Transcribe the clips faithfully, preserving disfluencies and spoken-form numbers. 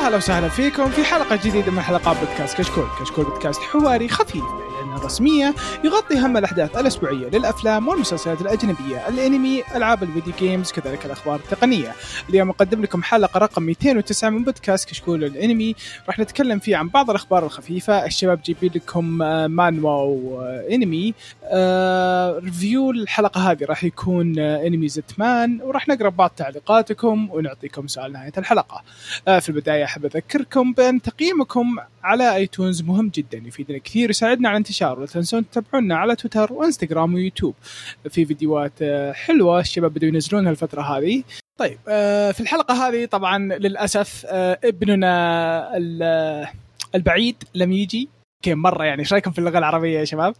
أهلا وسهلا فيكم في حلقة جديدة من حلقات بودكاست كشكول. كشكول بودكاست حواري خفيف لأنه رسمية يغطي هم الأحداث الأسبوعية للأفلام والمسلسلات الأجنبية، الأنمي، ألعاب الفيديو جيمز، كذلك الأخبار التقنية. اليوم أقدم لكم حلقة رقم مئتين وتسعة من بودكاست كشكول الأنمي، راح نتكلم فيه عن بعض الأخبار الخفيفة. الشباب جيبين لكم مانوا وأنمي. آه ريفيو الحلقة هذه راح يكون أنمي زتمان، وراح نقرأ بعض تعليقاتكم ونعطيكم سؤال نهاية الحلقة. آه في البداية أحب أذكركم بأن تقييمكم على ايتونز مهم جدا، يفيدنا كثير ويساعدنا على الانتشار. ولا تنسون تتابعونا على تويتر وانستغرام ويوتيوب، في فيديوهات حلوة الشباب بدوا ينزلونها الفترة هذه. طيب آه في الحلقة هذه طبعا للأسف آه ابننا البعيد لم يجي كم مرة. يعني ايش رايكم في اللغة العربية يا شباب؟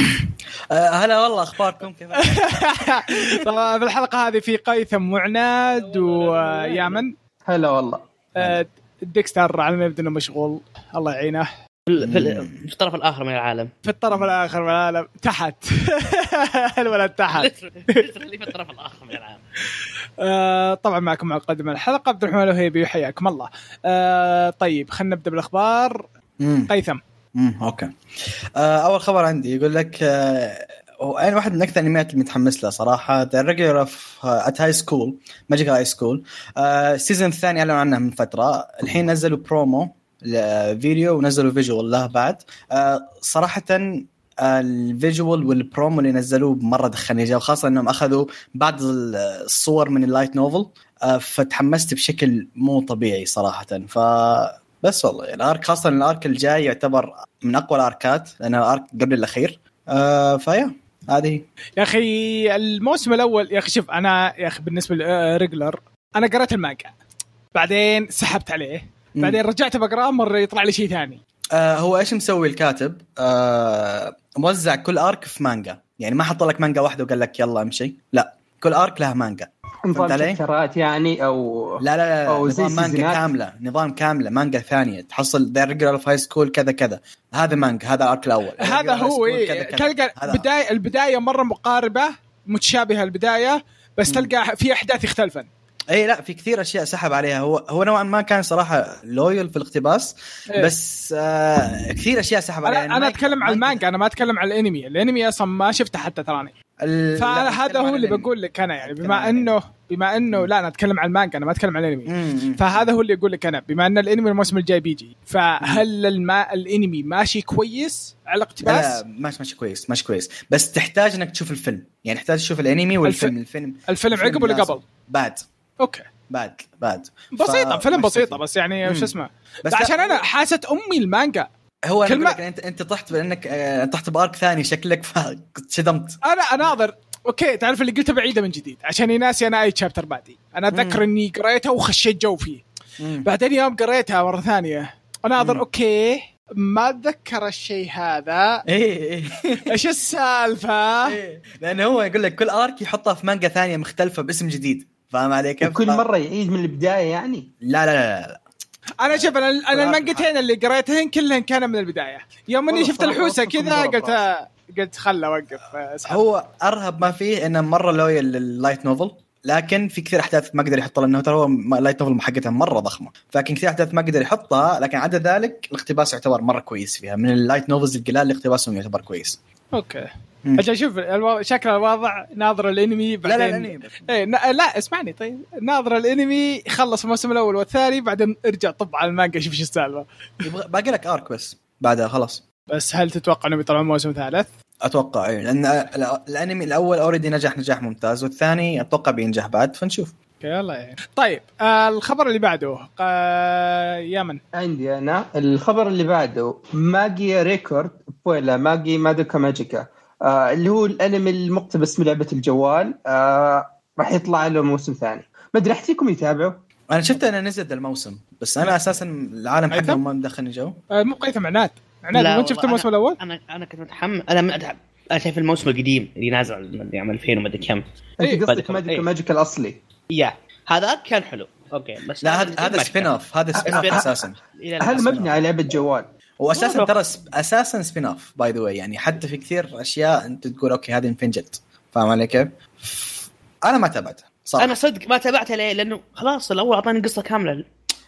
هلا والله، اخباركم كيف؟ طبعا في الحلقة هذه في قيثم وعناد ويامن. هلا والله. آه ديكستر على ما يبدو انه مشغول، الله يعينه. في, في الطرف الآخر من العالم. في الطرف الآخر من العالم تحت. الولد تحت. اللي في الطرف الآخر من العالم. آه طبعا معكم مقدم الحلقة عبد الرحمن الوهيبي، حياكم الله. آه طيب خلينا نبدأ بالأخبار. قيثم. امم اوكي. آه اول خبر عندي يقول لك آه انا واحد من اكثر الانميات اللي متحمس لها صراحه، The Regular of at High School Magical High School. آه السيزون الثاني اعلنوا عنه من فتره، الحين نزلوا برومو الفيديو ونزلوا فيجوال له بعد. آه صراحه الفيجوال والبرومو اللي نزلوه مرة دخلني جو، خاصة انهم اخذوا بعض الصور من اللايت نوفل. آه فتحمست بشكل مو طبيعي صراحة. ف بس والله الارك، خاصة الارك الجاي يعتبر من اقوى الاركات لان الارك قبل الاخير. آه فيا هذه يا اخي الموسم الاول. يا اخي شوف انا يا اخي بالنسبة لريجلر انا قرأت المانجا بعدين سحبت عليه، بعدين رجعت بقرأ مرة يطلع لي شيء ثاني. آه هو ايش مسوي الكاتب؟ آه موزع كل ارك في مانجا، يعني ما حط لك مانجا واحدة وقال لك يلا امشي، لا كل ارك لها مانجا. نظام شابترات يعني او لا لا لا أو نظام مانجا كاملة، نظام كاملة مانجا ثانية تحصل The Regular of High School كذا كذا، هذا مانجا، هذا ارك الاول. هذا هو تلقى البداية البداية مرة مقاربة متشابهة البداية، بس تلقى في احداث يختلفن. اي لا في كثير اشياء سحب عليها. هو هو نوعا ما كان صراحه لويال في الاقتباس. إيه؟ بس آه كثير اشياء سحب عليها. انا, أنا اتكلم عن المانجا، انا ما اتكلم عن الانمي. الانمي اصلا ما شفته حتى تراني. فهذا هو اللي بقول لك انا، يعني بما انه بما انه لا انا اتكلم عن المانجا انا ما اتكلم عن الانمي. فهذا هو اللي يقول لك انا، بما ان الانمي الموسم الجاي بيجي، فهل الماء الانمي ماشي كويس على الاقتباس؟ لا ماشي ماشي كويس ماشي كويس، بس تحتاج انك تشوف الفيلم، يعني تحتاج تشوف الانمي والفيلم. الف... الفيلم الفيلم عقب ولا قبل؟ بعد. اوكي بعد بعد بسيطة. فيلم بسيطة بس يعني وش اسمه، بس عشان أنا حاسة أمي المانجا. هو أنا أقول أنت أنت طحت بأنك أه طحت بارك ثاني شكلك فشدمت. أنا أناظر أوكي تعرف اللي قلته بعيدة من جديد عشان يناسي أنا أي شابتر بعدي. أنا أتذكر إني قريتها وخشيت جو فيه. مم. بعدين يوم قريتها مرة ثانية أناظر أوكي ما أتذكر الشيء هذا. إيه إيش السالفة؟ إيه. لأنه هو يقول لك كل آرك يحطها في مانجا ثانية مختلفة باسم جديد، فاهم عليك؟ كل مرة يعيد من البداية يعني. لا لا لا, لا. أنا شوف أنا, أنا المانجتين اللي قريتهن كلهن كانوا من البداية. يوم إني شفت الحوسة كذا قلت قلت خل أوقف. هو أرهب ما فيه إنه مرة لويال لللايت نوفل، لكن في كثير أحداث ما قدر يحطها لأنه ترى هو لايت نوفل محقتها مرة ضخمة، فكن كثير أحداث ما قدر يحطها. لكن عدا ذلك الاقتباس يعتبر مرة كويس فيها، من اللايت نوفلز القلال اللي اقتباسهم يعتبر كويس. أوكي عشان شوف الو... شكل الواضع ناظر الانمي بعدين لا لا الانمي ايه ن... لا اسمعني طيب ناظر الانمي خلص الموسم الاول والثاني بعدين ارجع طب على المانجا شوف ايش السالفه. يبغى باقي لك ارك بس بعدها خلاص. بس هل تتوقع انه بيطلعون موسم ثالث؟ اتوقع ايه، لان الانمي الاول اوريدي نجح نجاح ممتاز، والثاني اتوقع بينجح بعد، فنشوف. يلا يعني. طيب آه الخبر اللي بعده آه يامن عندي انا الخبر اللي بعده ماجي ريكورد ولا ماجي مادوكا ماجيكا، آه اللي هو الانمي المقتبس من لعبه الجوال. آه راح يطلع له موسم ثاني، ما ادري احتيكم يتابعوا. انا شفت انا نزل الموسم، بس انا اساسا العالم حقه ما مدخلني جو. آه مو قيثم عناد عناد ما شفت الموسم الاول. انا انا كنت متحمس. انا ما ادري انا شايف الموسم القديم اللي نازل يعني ألفين وما ادري كم. انت قصدك ماجيكا ماجيكا الاصلي؟ يا هذا كان حلو اوكي، بس لا هذا هذا سبين اوف، هذا سبين اوف اساسا. هل مبني على لعبه جوال؟ واساسا ترى اساسا سبين اوف باي ذا واي، يعني حتى في كثير اشياء انت تقول اوكي هذه انفنجت، فاهم علي كيف؟ انا ما تابعته صراحة. انا صدق ما تابعته ليه، لانه خلاص الاول اعطاني قصه كامله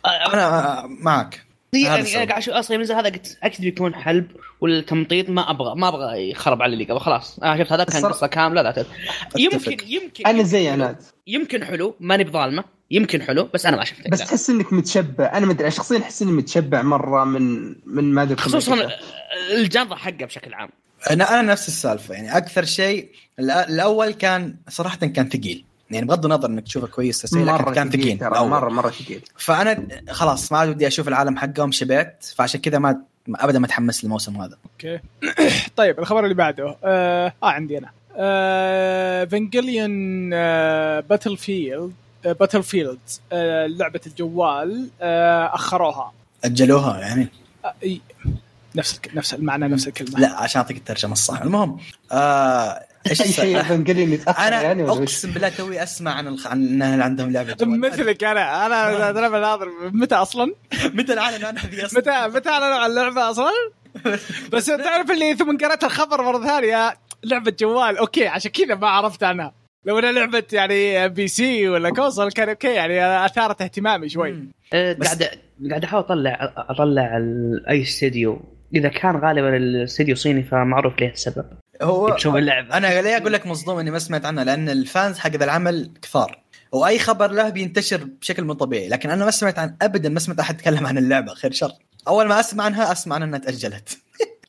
انا معك يعني انا قاعد اشوف اصلا ينزل هذا قلت اكيد بيكون حلب والتمطيط ما ابغى ما ابغى يخرب على اللي قبل خلاص انا شفت هذا كان قصه كامله لا تت... يمكن يمكن انا زي عناد يمكن حلو ماني بظالمه يمكن حلو بس انا ما شفته بس تحس انك متشبع انا ما ادري شخصيا احس اني متشبع مره من من ما خصوصا الجنرا حقه بشكل عام. انا انا نفس السالفه يعني اكثر شيء الاول كان صراحه كان ثقيل يعني بغض النظر انك تشوفه كويس تسوي لكن كان ثقيل مره مره ثقيل فانا خلاص ما عاد ودي اشوف العالم حقهم شبعت فعشان كذا ما ابدا ما تحمس للموسم هذا. اوكي طيب الخبر اللي بعده اه, آه عندي انا آه فانجليون آه باتل فيلد آه باتل فيلد آه لعبه الجوال آه اخروها اجلوها يعني آه نفس نفس المعنى نفس الكلمه لا عشان اعطيك الترجمه الصح. المهم آه ايش شيء فانجليون يتاخر انا يعني اقسم بالله توي اسمع عن الخ... عن ان عندهم لعبه مثلك انا انا انا بناظر متى اصلا متى العلن عنها ذي اصلا متى متى اعلنوا عن اللعبه اصلا بس تعرف اللي ثم قرأت الخبر مره ثانيه لعبه جوال اوكي عشان كذا ما عرفت عنها لو انا لعبه يعني بي سي ولا كونسول كان اوكي يعني اثارت اهتمامي شوي. قاعد قاعد احاول اطلع اطلع اي استديو اذا كان غالبا الاستديو صيني فمعروف ليه السبب هو شوف اللعبة. انا ليه اقول لك مصدوم اني ما سمعت عنها لان الفانز حق ذا العمل كثار واي خبر له بينتشر بشكل مو طبيعي لكن انا ما سمعت عن ابدا ما سمعت احد يتكلم عن اللعبه خير شر اول ما اسمع عنها اسمع عنها انها تاجلت.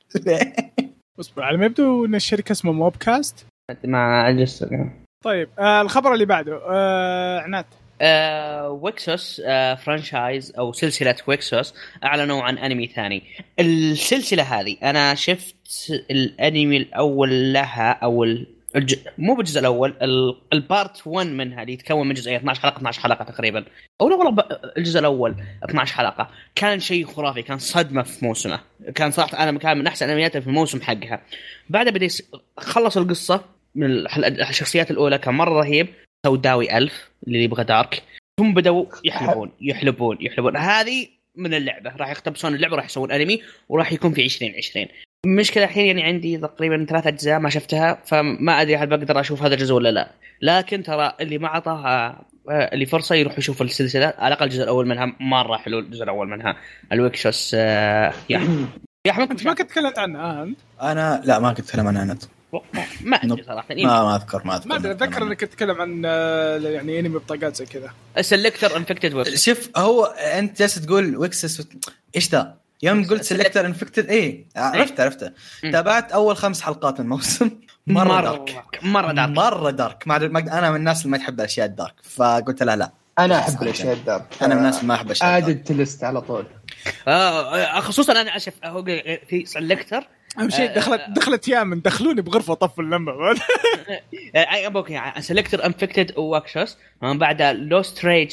اصبر على ما يبدو ان الشركه اسمها موبكاست مع جس. طيب آه الخبر اللي بعده آه عناد آه ويكسوس آه فرانشايز او سلسله ويكسوس اعلنوا عن انمي ثاني. السلسله هذه انا شفت الانمي الاول لها او الج... مو بالجزء الاول البارت واحد منها اللي يتكون من جزئين اثناشر حلقه اثناشر حلقه تقريبا او لا والله الجزء الاول اثناشر حلقه كان شيء خرافي كان صدمه في موسمه كان صراحه انا كان من احسن انميات في الموسم حقها. بعدها بدا خلص القصه من الشخصيات الاولى كان مره رهيب سوداوي ألف اللي يبغى دارك ثم بدأوا يحلبون يحلبون يحلبون هذه من اللعبة راح يقتبسون اللعبة راح يسوون أنمي وراح يكون في عشرين عشرين. المشكلة الحين يعني عندي تقريبا ثلاثة أجزاء ما شفتها فما أدري هل بقدر أشوف هذا الجزء ولا لا لكن ترى اللي ما عطاها اللي فرصة يروح يشوف السلسلة على الأقل الجزء الأول منها مرة حلو الجزء الأول منها الويكشوس يا يا أحمد كنت ما كنت تكلمت عنها أنت؟ أنا لا ما كنت أتكلم عنها أنت ما أدري صراحة ما ما أذكر ما أذكر ما أتذكر إنك تتكلم عن يعني أنمي بطاقات زي كذا. سيلكتر انفكتد ويكسس شوف هو أنت جالس تقول ويكسس إيش ذا يوم قلت سيلكتر انفكتد إيه عرفت عرفته تابعت أول خمس حلقات من الموسم مرة, مرة دارك مرة دارك مرة دارك مع أنا من الناس اللي ما تحب الأشياء الدارك فقلت لا لا أنا أحب الأشياء الدارك أنا من الناس اللي ما أحب الأشياء الدارك عادة تلست على طول آه خصوصا أنا أشوف هو في سيلكتر أهم شيء دخلت دخلت يامن دخلوني بغرفة طفل اللمبة أي أبوك يعني سيلكتر انفكتد ووكسوس من بعد لوست ريج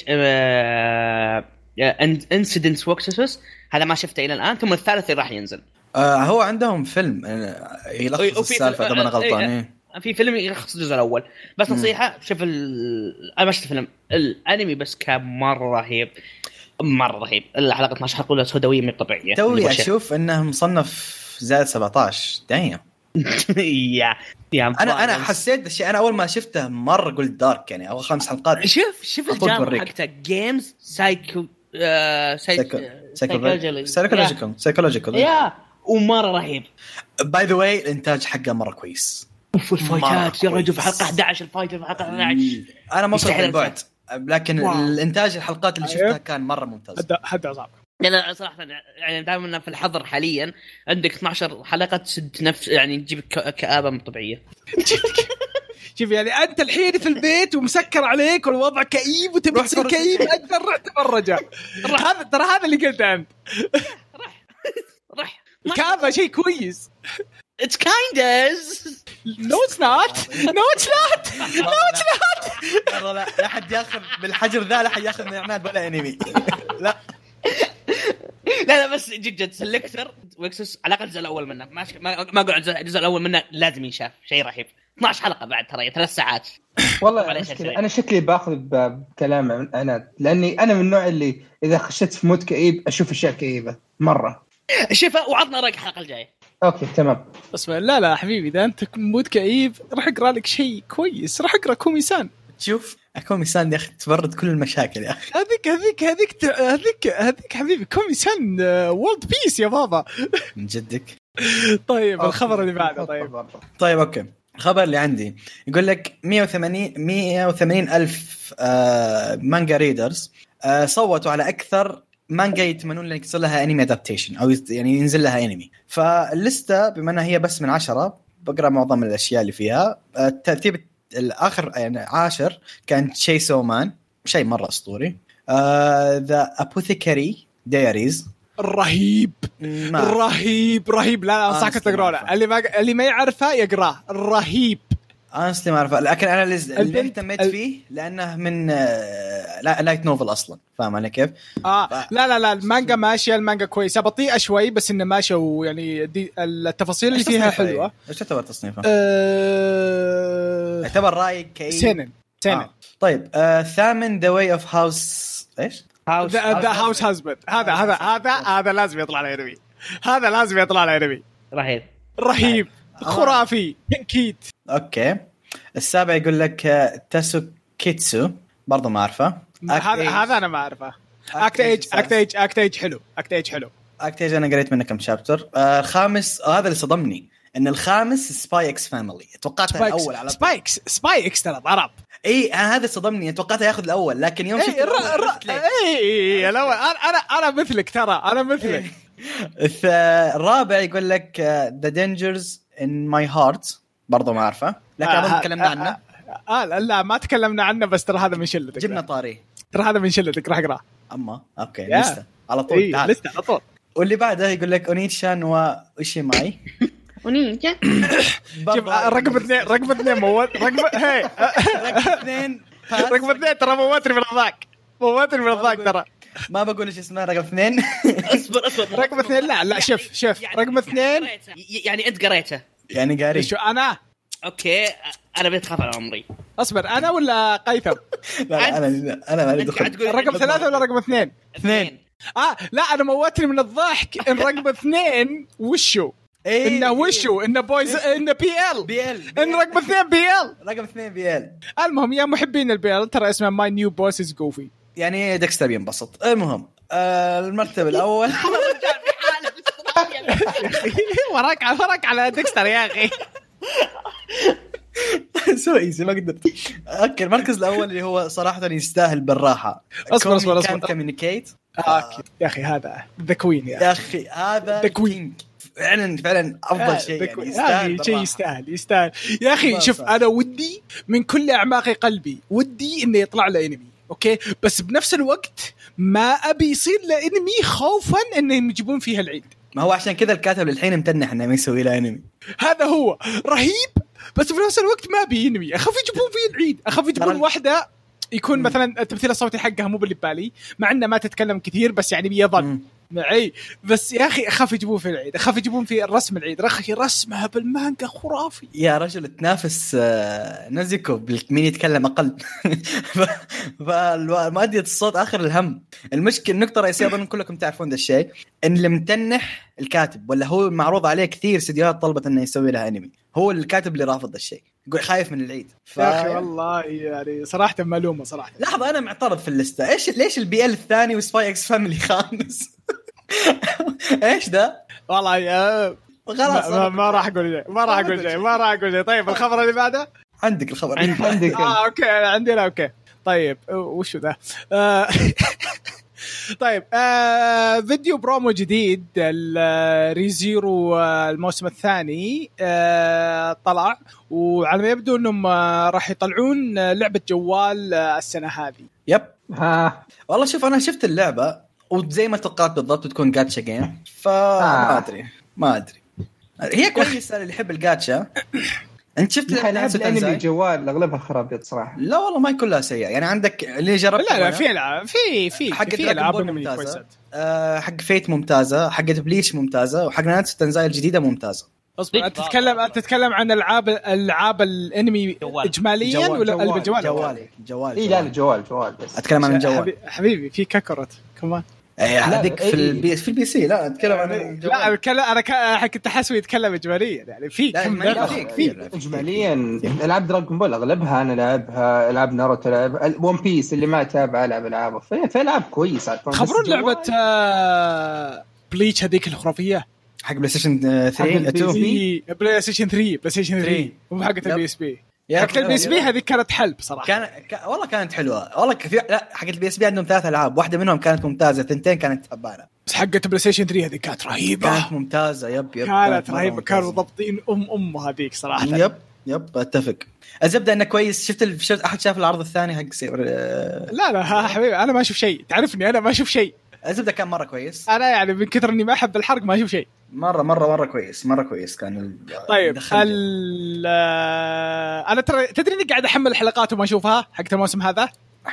انسيدنت ووكسوس هذا ما شفته إلى الآن ثم الثالث راح ينزل. آه هو عندهم فيلم يلخص السالفة إذا ما أنا غلطان إيه في فيلم يلخص الجزء الأول بس نصيحة شوف ال أنا ما شفت فيلم الأنمي بس كان مرة رهيب مرة رهيب الحلقة اثناشر حلقة كلها سوداوية مش طبيعية توي أشوف إنه مصنف زائد سبعة عشر دايم يا يا انا انا حسيت الشيء انا اول ما شفته مره قلت دارك يعني اول خمس حلقات شوف شوف الجانر حقته جيمز سايكو سايكولوجيكال سايكولوجيكال يا ومره رهيب باي ذا واي الانتاج حقه مره كويس الفايتات يا رجل في حلقه احد عشر الفايت في حلقه اثنا عشر انا ما وصلت للبعد لكن واو. الانتاج الحلقات اللي شفتها كان مره ممتاز حد عصاب لا صراحه يعني دائما في الحظر حاليا عندك اثناشر حلقه تسد نفس يعني تجيب كآبه مو طبيعيه. شوف يعني انت الحين في البيت ومسكر عليك والوضع كئيب وتبي تصير كئيب اكثر روح تفرج هذا ترى هذا اللي قلت انت راح راح الكآبه شيء كويس It's kind of No it's not No it's not No it's not لا لا لا أحد يأخذ بالحجر ذا لا أحد يأخذ من عناد ولا أنمي لا لا لا بس جد جد سيلكتر ويكسوس على الأقل الجزء الأول منه ما ما ما أقول الجزء الأول منه لازم ينشاف شيء رهيب اثناشر حلقة بعد ترى ثلاث ساعات والله أنا شكلي باخذ بكلام عناد لأني أنا من النوع اللي إذا خشيت في مود كئيب أشوف أشياء كئيبة مرة شوفها وعطنا رأيك الحلقة الجاية اوكي تمام. اسمع لا لا حبيبي اذا انت مود كئيب راح اقرا لك شيء كويس راح اقرا كوميسان. شوف كومي سان يا اخي تبرد كل المشاكل يا اخي. هذيك هذيك هذيك هذيك هذيك حبيبي كومي سان وولد بيس يا بابا من جدك. طيب الخبر اللي بعده. طيب طيب اوكي الخبر اللي عندي يقول لك مية وثمانين مية وثمانين ألف آه مانجا ريدرز آه صوتوا على أكثر مانجا يتمنون لك يصير لها أنمي أدابتيشن أو يعني ينزل لها أنمي. فاللستة بما أنها هي بس من عشرة بقرأ معظم الأشياء اللي فيها. آه الترتيب الآخر يعني عاشر كان شيسو مان شيء مرة أسطوري. آه The Apothecary Diaries رهيب رهيب رهيب. لا لا انصحك تقراه. اللي ما اللي ما يعرفه يقراه رهيب. أصلي ما أعرفه لكن أنا اللي اهتميت فيه لأنه من لا لايت نوفل أصلا فاهم أنا كيف؟ آه ف... لا لا لا المانجا ماشية المانجا كويسة بطيئة شوي بس إنه ماشية ويعني دي التفاصيل اللي فيها حلوة. إيش تعتبر تصنيفه؟ أه... يعتبر رأي كي سنن سنن. آه. طيب آه ثامن The Way of House إيش؟ House The House Husband. هذا هذا هذا هذا لازم يطلع على أنمي. هذا لازم يطلع على أنمي. رهيب رهيب خرافي أكيد. أوكي السابع يقول لك تاسوكيتسو برضو ما أعرفه. هذا هذا أنا ما أعرفه. أكتيج أكتيج أكتيج حلو أكتيج حلو أكتيج أنا قريت منه كم شابتر. آه الخامس آه هذا اللي صدمني إن الخامس سباي إكس فاميلي. توقعته الأول على سباي إكس سباي إكس ترى ضرب. اي هذا صدمني توقعته ياخذ الاول لكن يوم شفت اي انا انا انا مثلك ترى انا مثلك. الرابع يقول لك The Dangers in My Heart برضو ما اعرفه لكن اظن تكلمنا عنه. اه لا ما تكلمنا عنه بس ترى هذا من شلتك. جبنا طاري ترى هذا من شلتك راح اقراه. اما اوكي لسه على طول إيه لسه على طول. واللي بعده يقول لك اونيتشان وايشيماي اونيتشان. شوف رقم اثنين رقم اثنين موت رقم هي رقم اثنين رقم اثنين ترى موتني من الضاق موتني من الضاق ترى ما بقول ايش اسمه رقم اثنين. اصبر اصبر رقم اثنين لا لا شوف شوف رقم اثنين يعني انت قريته يعني قاري شو انا اوكي انا بتخاف على عمري. اصبر انا ولا قيثم؟ لا انا انا ما دخل. رقم ثلاثة ولا رقم اثنين؟ اثنين. اه لا انا موتني من الضحك ان رقم اثنين وشو إيه انه وشو انه بويز انه بي ال بي ال ان رقم اثنين بي ال رقم اثنين بي ال. المهم يا محبين البي ال ترى اسمه ماي نيو بوس از جوفي يعني ديكستر ينبسط. المهم آه المرتبه الاول وراك وراك على ديكستر يا اخي. سو ايزي ما قدرت. اوكي المركز الاول اللي هو صراحه يستاهل بالراحه. اصبر اصبر كان كوميونيكيت آه. يا اخي هذا ذا كوين يا اخي هذا ذا كوين فعلا فعلا افضل شيء يعني يستاهل شيء يستاهل يستاهل يا اخي. شوف انا ودي من كل اعماق قلبي ودي انه يطلع له انمي اوكي بس بنفس الوقت ما ابي يصير له انمي خوفا انهم يجيبون فيها العيد. ما هو عشان كذا الكاتب للحين متنح انه ما يسوي له انمي. هذا هو رهيب بس بنفس الوقت ما بي انمي. اخاف يجيبون فيه العيد اخاف يجيبون واحده يكون مثلا التمثيل الصوتي حقها مو باللي ببالي مع انه ما تتكلم كثير بس يعني بيظل معي. بس يا اخي اخاف يجيبون في العيد اخاف يجيبون في الرسم العيد رخي رسمها بالمانجا خرافي يا رجل تنافس نزيكو بالمين يتكلم اقل. فالمادية الصوت اخر الهم. المشكله النقطه الرئيسيه اظن كلكم تعرفون ذا الشيء ان اللي متنح الكاتب ولا هو معروض عليه كثير استديوهات طلبت انه يسوي لها انمي. هو الكاتب اللي رافض ذا الشيء يقول خايف من العيد. ف... يا اخي والله يعني صراحه معلومه صراحه. لحظه انا معترض في الليسته. ايش ليش البي ال الثاني وسباي اكس فاميلي خامس؟ ايش ده والله يا خلاص ما, ما راح اقول شيء ما راح اقول شيء ما راح اقول شيء. طيب الخبر اللي بعده عندك الخبر عندك اه اوكي عندنا اوكي طيب وشو ذا آه طيب آه فيديو برومو جديد الريزيرو الموسم الثاني آه طلع وعلى ما يبدو انهم آه راح يطلعون لعبة جوال آه السنة هذه. يب ها والله شوف انا شفت اللعبة وزي ما توقعت بالضبط بتكون جاتشا جيم فما ادري ما ادري هي كويسة اللي يحب الجاتشا. انت شفت لعبة الانمي جوال اغلبها خرابيط صراحه. لا والله ما كلها سيئه يعني عندك اللي جربت لا لا في العاب في في حق في العاب انمي كويسه. أه حق فيت ممتازه حق بليتش ممتازه وحق ناناتسو تنزايل الجديده ممتازه. اصبر انت تتكلم انت تتكلم عن العاب العاب الانمي اجماليا ولا الجوال جوال جوال اي لا الجوال جوال بس اتكلم عن الجوال حبيبي في كاكورت كمان اي هذيك في البي في البي سي. لا اتكلم عن لا اتكلم انا كنت حاسس يتكلم اجماليا يعني في كم في اجماليا العاب دراغون بول اغلبها انا لعبها، العاب ناروتو لعب، ون بيس اللي ما تابع العب العابه في العاب كويسه. خبرون لعبه بليتش هذيك الخرافيه حق بلاي ستيشن ثلاثة تو بلاي ستيشن ثري بلاي ستيشن ثري مو حقه البي اس بي. حق البي اس بي هذه كانت حلب صراحه. كان ك... والله كانت حلوه والله. في لا حق البي اس بي عندهم ثلاث العاب، واحده منهم كانت ممتازه، ثنتين كانت تعبانه. بس حقه بلاي ستيشن ثري هذه كانت رهيبه، كانت ممتازه. يب يب كانت رهيبه، كانوا ضابطين ام ام هذيك صراحه. يب يب اتفق. الزبده انه كويس. شفت ال... شفت احد شاف العرض الثاني حق سير؟ لا لا حبيبي انا ما اشوف شيء، تعرفني انا ما اشوف شيء. الزبده كان مره كويس. انا يعني من كثر اني ما احب الحرق ما اشوف شيء. مره مره مره كويس، مره كويس كان ال... طيب ال... انا ترى تدري اني قاعد احمل الحلقات وما اشوفها حق الموسم هذا.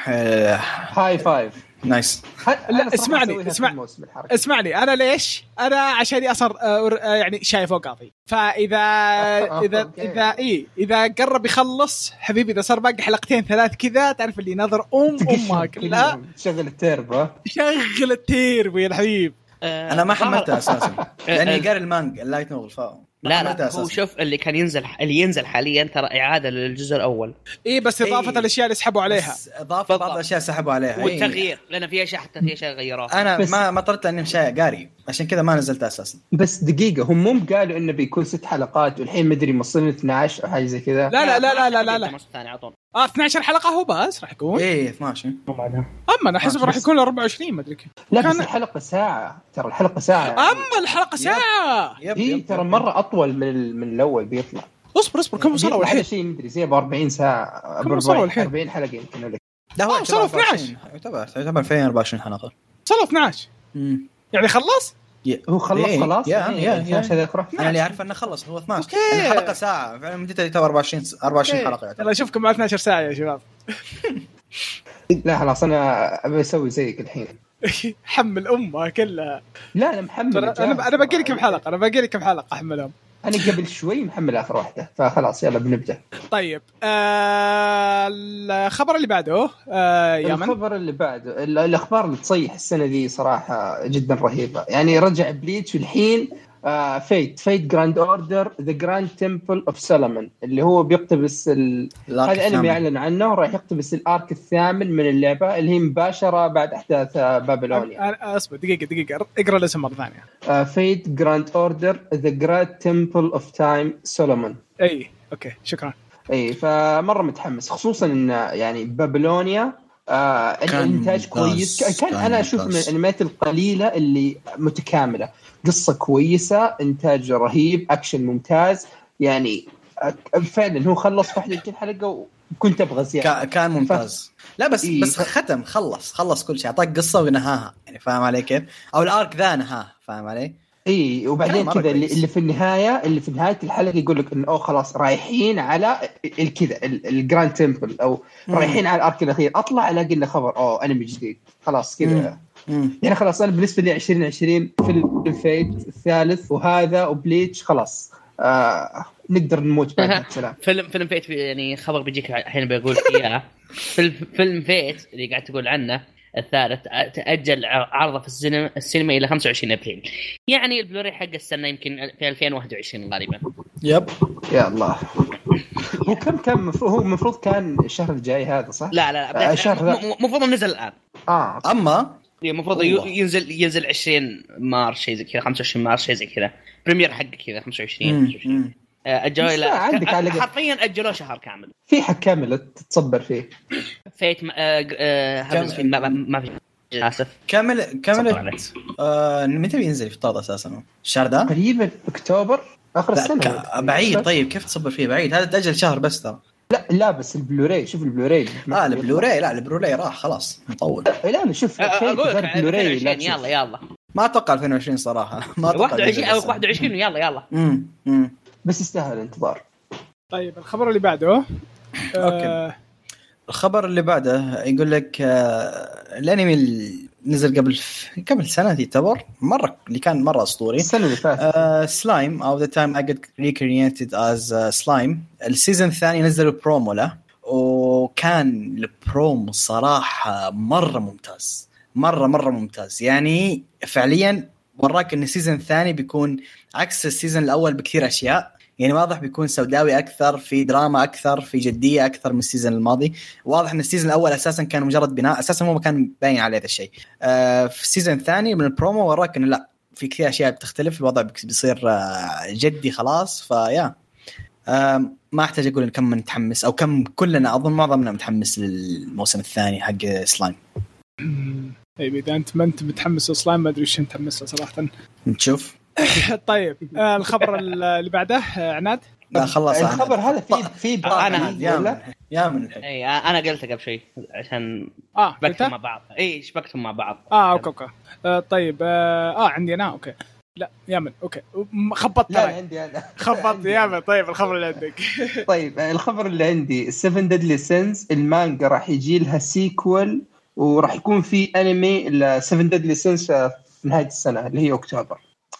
هاي فايف نايس. لا اسمعني اسمع اسمعني انا ليش انا عشان اصر يعني شايف وقاضي. فاذا اذا اذا اي اذا قرب يخلص حبيبي، اذا صار باقي حلقتين ثلاث كذا تعرف اللي نظر ام امها كلها شغل التيربو شغل التيربو يا الحبيب. انا ما حملتها اساسا لاني قاري المانجا اللايت نوفل فاهم. لا لا هو شوف اللي كان ينزل اللي ينزل حاليا ترى إعادة للجزء الأول. إيه بس إضافة إيه الأشياء اللي سحبوا عليها. إضافة بعض الأشياء سحبوا عليها. والتغيير إيه. لأن في أشياء حتى في أشياء غيروها. أنا ما ما طرت إني مشاي قاري عشان كذا ما نزلت أساسا. بس دقيقة هم مو قالوا إنه بيكون ست حلقات والحين مدري مصير اثنا عشر أو حاجة زي كذا. لا لا لا لا لا لا. آه اثنا عشر حلقة هو بس راح يكون. إيه اثنا عشر. أما أنا حسب راح يكون أربعة وعشرين ما أدري كيف. لا بس الحلقة ساعة ترى الحلقة ساعة. أما الحلقة ساعة. إيه ترى مرة أطول من من الأول بيطلع. اصبر اصبر كم وصلوا الحين؟ شيء مدري زي ب أربعين ساعة كم وصلوا الحين؟ أربعين حلقة يمكن لك. لا هو وصلوا اثنا عشر. يعتبر يعتبر ألفين وأربعة وعشرين حلقة. وصلوا اثنا عشر. امم يعني خلص؟ هو خلص إيه. خلاص يا يا يا انا اللي اعرف انه خلص هو اثنا عشر. الحلقة ساعة فعلا مدتها يعتبر أربعة وعشرين أربعة وعشرين حلقة يعتبر. يلا اشوفكم بعد اثنا عشر ساعة يا شباب. لا خلاص انا ابي اسوي زيك الحين. حمل امها كلها. لا انا محمل. انا انا باقي لي كم حلقة انا باقي لي كم حلقة احملهم. أنا قبل شوي محمل آخر واحدة فخلاص يلا بنبدأ. طيب آه الخبر اللي بعده آه يا من الخبر اللي بعده الأخبار اللي تصيح السنة دي صراحة جدا رهيبة. يعني رجع بليتش والحين آه فيت فيت جراند أوردر ذا جراند تمبل أوف سولومون اللي هو بيقتبس ال... هذا أنمي يعلن عنه راح يقتبس الآرك الثامن من اللعبة اللي هي مباشرة بعد أحداث بابلونيا. أصبر دقيقة دقيقة اقرأ الاسم مرة ثانية. آه فيت جراند أوردر ذا جراند تمبل أوف تايم سولومون. أي أوكي شكرا. أي فمرة متحمس خصوصا إن يعني بابلونيا آه الانتاج كويس. كان, كان انا اشوف من الانميات القليله اللي متكامله، قصه كويسه، انتاج رهيب، اكشن ممتاز. يعني فعلا هو خلص واحد وعشرين حلقه وكنت ابغى زياده. كان ممتاز. ف... لا بس إيه بس ختم خلص خلص كل شيء، اعطاك قصه ونهاها يعني فاهم علي كيف؟ او الارك ذا نهاه فاهم علي؟ اي وبعدين كذا اللي, اللي في النهايه اللي في نهايه الحلقه يقول لك انه خلاص رايحين على الكذا الجراند تمبل او مم. رايحين على الارك الاخير. اطلع الاقي لنا خبر اوه انمي جديد خلاص كذا. يعني خلاص انا بالنسبه لي عشرين عشرين فيلم فيت الثالث وهذا وبليتش خلاص آه نقدر نموت بعد السلام. فيلم فيلم فيت يعني خبر بيجيك الحين بقول اياه. فيلم فيلم فيت اللي قاعد تقول عنه الثالث تأجل عرضه في السينما السينما إلى خمسة وعشرين أبريل. يعني البلوري حق السنة يمكن في ألفين وواحد وعشرين غالبا. يب يا الله. هو كم كم مفروض هو المفروض كان الشهر الجاي هذا صح؟ لا لا لا الشهر مفروض نزل الآن. آه أما المفروض ينزل ينزل عشرين مارس شيء زي كذا خمسة وعشرين مارس شيء زي كذا بريمير حق كذا خمسة وعشرين. أجلوا إلى حرفيا أجلوا شهر كامل. في حق كامل تتصبر فيه. فيت هذا ما ما في آسف. كامل كامل آه متى بينزل في طاقة أساسا الشهر ده؟ قريبا أكتوبر آخر السنة. بعيد. طيب كيف تصبر فيه بعيد؟ هذا تأجل شهر بس ترى. لا لا بس البلوراي شوف البلوراي. آه البلوراي لا البلوراي راح خلاص مطول. لا لا شوف البلوراي يلا يلا. ما أتوقع ألفين وعشرين صراحة. ما أتوقع واحد وعشرين أو واحد وعشرين يلا يلا. أمم أمم بس يستاهل الانتظار. طيب الخبر اللي بعده أوكي. الخبر اللي بعده يقول لك آه الانمي اللي نزل قبل قبل سنه يعتبر مره اللي كان مره اسطوري السنه اللي فاتت آه سلايم او ذا تايم اي جت ريكرييتد از سلايم. السيزون الثاني نزلوا برومو له وكان البرومو صراحه مره ممتاز مره مره ممتاز. يعني فعليا وراك ان السيزون الثاني بيكون عكس السيزون الاول بكثير اشياء، يعني واضح بيكون سوداوي اكثر، في دراما اكثر، في جديه اكثر من السيزون الماضي. واضح ان السيزون الاول اساسا كان مجرد بناء، اساسا هو ما كان باين عليه هذا الشيء. آه في السيزون الثاني من البرومو وراك انه لا، في كثير اشياء بتختلف، الوضع بيصير آه جدي خلاص. فيا آه ما احتاج اقول ان كم متحمس او كم كلنا اظن معظمنا متحمس للموسم الثاني حق سلايم. طيب اذا انت ما انت متحمس لسلايم ما ادري ايش متحمس له صراحه. نشوف. طيب آه الخبر اللي بعده آه عناد. لا خلص الخبر هذا في في انا يا يا من الحين. اي انا قلت قبل شيء عشان اه شبكتهم مع بعض. اي شبكتهم مع بعض. اه اوكي اوكي آه طيب اه, آه عندي انا اوكي لا يامن اوكي خبطت. لا عندي انا خبطت يامن. طيب الخبر اللي عندك. طيب الخبر اللي عندي سفن ديدلي سينز المانجا راح يجي لها سيكوال، وراح يكون في انمي ل سفن ديدلي سينز في نهايه السنه اللي هي اكتوبر.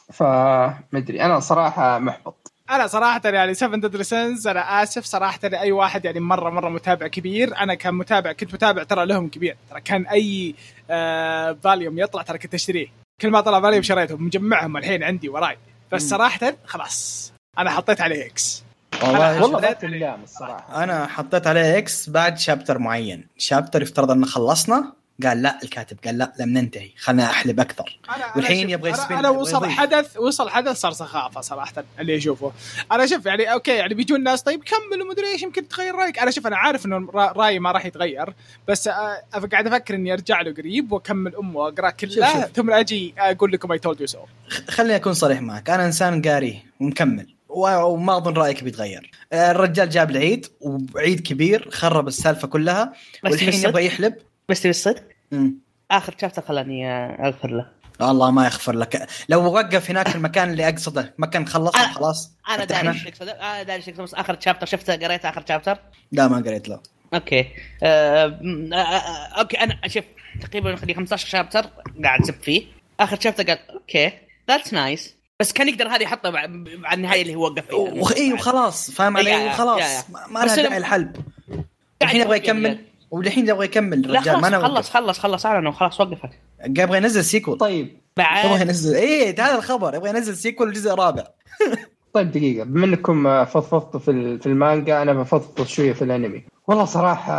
فمدري انا صراحه محبط. انا صراحه يعني سفن ديدلي سينز انا اسف صراحه لاي واحد يعني مره مره متابع كبير. انا كان متابع كنت متابع ترى لهم كبير، ترى كان اي آه فاليوم يطلع ترى كنت اشتريه، كل ما طلع فاليوم شريتهم مجمعهم الحين عندي وراي. بس صراحه خلاص انا حطيت عليه اكس. والله والله اللام الصراحه انا حطيت عليه اكس بعد شابتر معين، شابتر يفترض ان خلصنا، قال لا الكاتب قال لا لم ننتهي خلنا احلب اكثر، والحين يبغى يسبين. انا وصل حدث وصل حدث صار سخافه صراحه اللي يشوفه. انا شوف يعني اوكي يعني بيجون الناس طيب كملوا مدري ايش يمكن تغير رايك. انا شوف انا عارف انه رايي ما راح يتغير، بس قاعد افكر اني ارجع له قريب واكمل امه واقرا كله ثم اجي اقول لكم اي تولد يو سو. خليني اكون صريح معك، انا انسان قاري ومكمل وما اظن رايك بيتغير. الرجال جاب العيد وعيد كبير خرب السالفه كلها والحين يبغى يحلب. بس بالصدق اخر شابتر خلاني اغفر له. الله ما يغفر لك، لو وقف هناك في المكان اللي اقصده ما كان خلصنا خلاص. انا داري ايش اقصد، انا داري ايش اقصد. بس اخر شابتر شفته قريت اخر شابتر؟ لا ما قريت له. اوكي أه... أه... اوكي انا اشوف تقريبا خلي خمسة عشر شابتر قاعد اسب فيه. اخر شابتر قال اوكي ذاتس نايس، بس كان يقدر هذه يحطه على النهايه اللي هو وقف فيها وايه وخلاص فاهم علي وخلاص ما لها داعي الحلب. الحين يبغى يكمل والحين يبغى يكمل الرجال ما انا خلص خلص خلص انا وخلاص وقفت. يبغى ينزل سيكول. طيب يبغى ينزل ايه هذا الخبر، يبغى ينزل سيكول الجزء الرابع. طيب دقيقه بما انكم فضفضتوا في في المانجا انا بفضفض شويه في الانمي. والله صراحه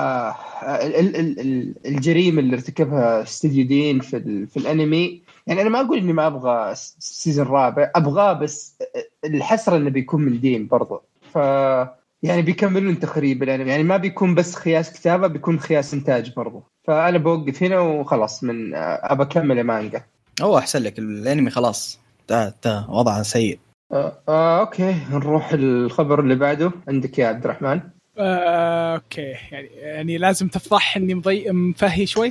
ال ال ال الجريمه اللي ارتكبها استوديو دين في في الانمي، يعني انا ما اقول اني ما ابغى سيزون رابع، ابغاه بس الحسره انه بيكون من دين برضه. ف يعني بيكملون تخريب الانمي، يعني ما بيكون بس خياس كتابه بيكون خياس انتاج برضه. فانا بوقف هنا وخلاص من ابى اكمل المانجا. هو احسن لك الانمي خلاص تا تا وضعه سيء. آه آه اوكي نروح الخبر اللي بعده. عندك يا عبد الرحمن؟ آه اوكي يعني يعني لازم تفضح اني مضي مفهي شوي.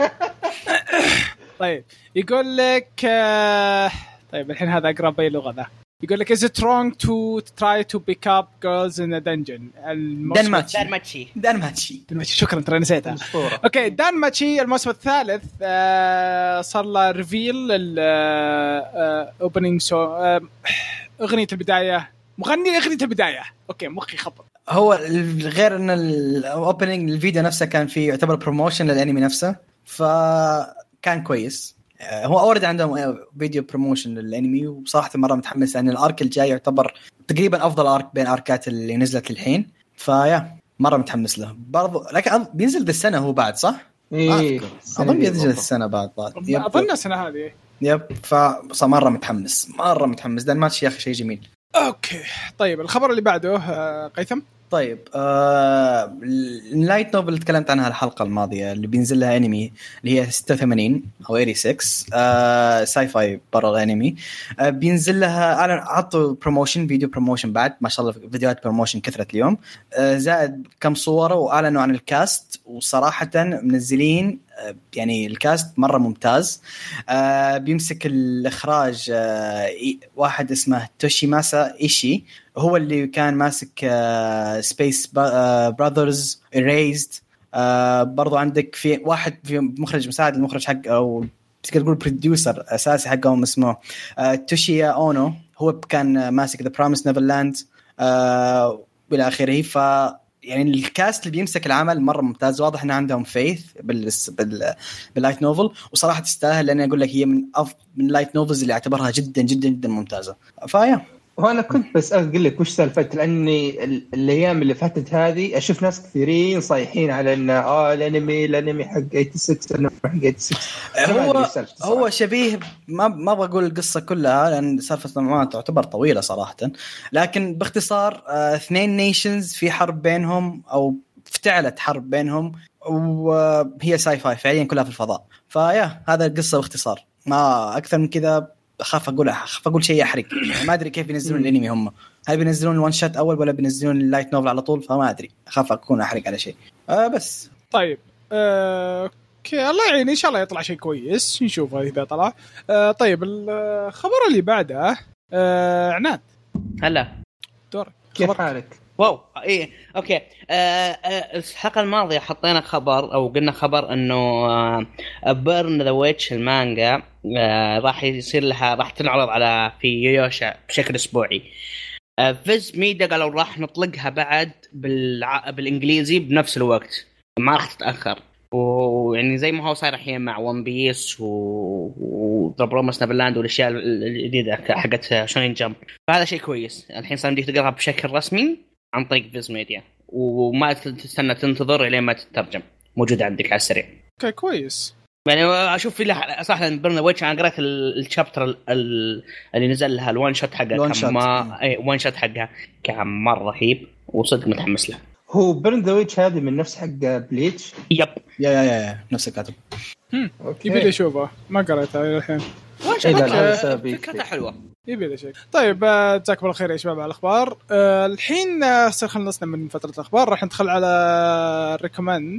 طيب يقول لك آه طيب الحين هذا اقرا باي لغه ذا. يقول لك is it wrong to try to pick up girls in a dungeon. دانماتشي دانماتشي دانماتشي دانماتشي شكرا ترى نسيتها. اوكي دانماتشي الموسم الثالث آه صار له ريفيل الاوبننج سو اغنيه البدايه مغني اغنيه البدايه. اوكي مخي خبط. هو غير ان الاوبننج الفيديو نفسه كان فيه يعتبر بروموشن للانمي نفسه فكان كويس. هو اوريدي عندهم فيديو بروموشن للانمي وصراحه مره متحمس لان الارك الجاي يعتبر تقريبا افضل ارك بين اركات اللي نزلت للحين. فيا مره متحمس له برضو. لكن بينزل السنه هو بعد صح؟ إيه اظن بينزل السنه بعد اظن السنه هذه. يب فصار مره متحمس مره متحمس. ده الماتش يا اخي شيء جميل. اوكي طيب الخبر اللي بعده قيثم. طيب آه... اللايت نوفل اللي تكلمت عنها الحلقة الماضية اللي بينزل لها انمي اللي هي ستة وثمانين او ستة وثمانين آه... ساي فاي برا انمي آه... بينزل لها. انا عطوا بروموشن فيديو بروموشن بعد ما شاء الله فيديوهات بروموشن كثرت اليوم آه... زائد كم صورة واعلنوا عن الكاست وصراحة منزلين آه... يعني الكاست مرة ممتاز. آه... بيمسك الاخراج آه... واحد اسمه توشيماسا ايشي هو اللي كان ماسك سبيس براذرز إيريزد. برضو عندك في واحد في مخرج مساعد المخرج حق او تقدر تقول بروديوسر اساسي حقهم اسمه توشيا اونو هو كان ماسك ذا بروميس نيفرلاند والى اخره. ف يعني الكاست اللي بيمسك العمل مره ممتاز، واضح ان عندهم فيث بال بال باللايت نوفل، وصراحه تستاهل، لان اقول لك هي من افضل من اللايت نوفلز اللي اعتبرها جدا جدا جدا ممتازه. فيا وانا كنت بس اقول لك وش سالفه، لاني ال- الايام اللي فاتت هذه اشوف ناس كثيرين صايحين على ان اه الانمي الانمي حق ستة وثمانين الانمي حق ستة وثمانين. أنا ما هو أدري سالفته هو صراحة. شبيه، ما ما ابغى اقول القصه كلها لان سالفه ما تعتبر طويله صراحه، لكن باختصار آه، اثنين نيشنز في حرب بينهم او افتعلت حرب بينهم، وهي ساي فاي فعليا كلها في الفضاء. فيا هذا القصه باختصار، ما اكثر من كذا. اخاف اقول اخاف اقول شيء يحرق، ما ادري كيف بينزلون الانمي هم، هل بينزلون الوان شات اول ولا بينزلون اللايت نوفل على طول، فما ادري، اخاف اكون احرق على شيء. آه بس طيب آه، اوكي الله يعين، ان شاء الله يطلع شيء كويس، نشوف اذا طلع. آه طيب الخبر اللي بعده آه عناد، هلا دورك. كيف خبر. حالك؟ واو ايه اوكي. آه آه الحلقه الماضيه حطينا خبر او قلنا خبر انه آه بيرن ذا ويتش المانجا آه راح يصير لها، راح تنعرض على في يويوشا بشكل اسبوعي. آه فيز ميديا قالوا راح نطلقها بعد بالع... بالانجليزي بنفس الوقت، ما راح تتاخر. ويعني زي ما هو صاير الحين مع ون بيس و ودبرومس نيفرلاند والاشياء الجديده حقت شونين جمب، فهذا شيء كويس. الحين صار يمديك تقراها بشكل رسمي عن طريق فيز ميديا، وما تستنى تنتظر لين ما تترجم، موجوده عندك على السريع. اوكي كويس. يعني اشوف في له صح بيرن ويتش، انا قرأت الشابتر اللي نزل لها الوان شوت حقها، كان ما اي وان شوت حقها كان مره رهيب وصدق متحمس له. هو بيرن ذا ويتش هذه من نفس حق بليتش؟ يب يا يا يا نفس الكاتب. هم يبي لي اشوفه، ما قريتها الحين. وان شوت فكرتها حلوه، يبي لي شيء. طيب آه، جزاكم الله خير يا شباب على الاخبار. آه الحين آه، خلصنا من فتره الاخبار، راح ندخل على الريكومند.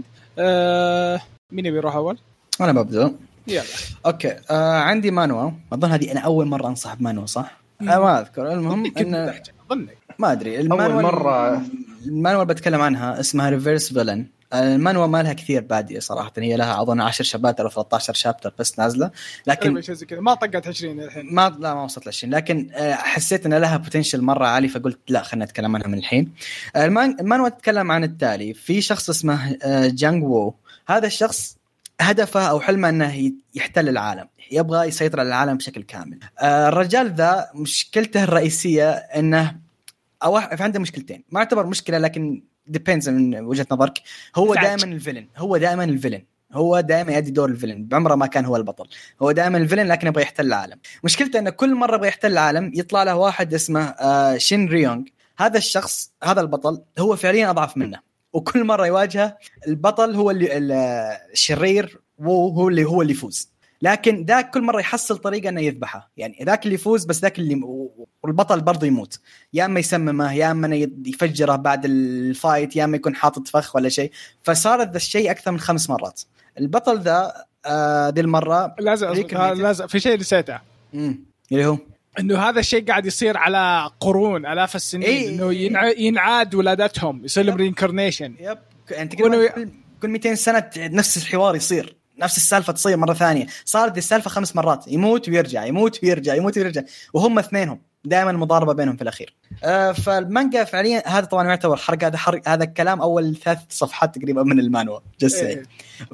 آه مين يبي يروح اول؟ انا ببدا. يلا اوكي آه عندي مانوا، اظن هذه انا اول مره انصح بمانوا صح؟ أنا ما اذكر. المهم ان اظن ما ادري اول مره المانوا بتكلم عنها اسمها ريفيرس فيلن. المانوا ما لها كثير بادية صراحه، هي لها اظن عشر شابتر او ثلاثة عشر شابتر بس نازله، لكن ما طقت عشرين الحين، ما لا ما وصلت عشرين، لكن حسيت ان لها بوتنشل مره عالي، فقلت لا خلينا نتكلم عنها من الحين. المانوا تتكلم عن التالي. في شخص اسمه جانغ وو، هذا الشخص هدفه او حلمه انه يحتل العالم، يبغى يسيطر على العالم بشكل كامل. الرجال ذا مشكلته الرئيسيه انه او عنده مشكلتين، ما اعتبر مشكله لكن depends من وجهة نظرك. هو دائما الفيلن، هو دائما الفيلن هو دائما يؤدي دور الفيلن، بعمره ما كان هو البطل، هو دائما الفيلن لكن يبغى يحتل العالم. مشكلته انه كل مره يبغى يحتل العالم يطلع له واحد اسمه آه شين ريونغ. هذا الشخص هذا البطل هو فعليا اضعف منه، وكل مره يواجهه البطل هو اللي الشرير وهو اللي هو اللي يفوز، لكن ذاك كل مرة يحصل طريقة أنه يذبحه. يعني ذاك اللي يفوز بس ذاك اللي والبطل برضو يموت، يا أما يسممه يا أما يفجره بعد الفايت يا أما يكون حاطط فخ ولا شيء. فصار ذا الشيء أكثر من خمس مرات. البطل ذا آه دي المرة لازم لازم في شيء نسيته اللي هو إنه هذا الشيء قاعد يصير على قرون آلاف السنين. إيه إنه ينع... ينعاد ولادتهم، يسلم رينكارنيشن. يب أنت كل كل مئتين سنة نفس الحوار يصير، نفس السالفة تصير مرة ثانية. صارت السالفة خمس مرات، يموت ويرجع يموت ويرجع يموت ويرجع، وهم اثنينهم دائما مضاربة بينهم في الأخير. آه فالمانجا فعليا هذا طبعا يعتبر حرق، هذا حرق، هذا الكلام أول ثلاث صفحات تقريبا من المانوا جسي. إيه.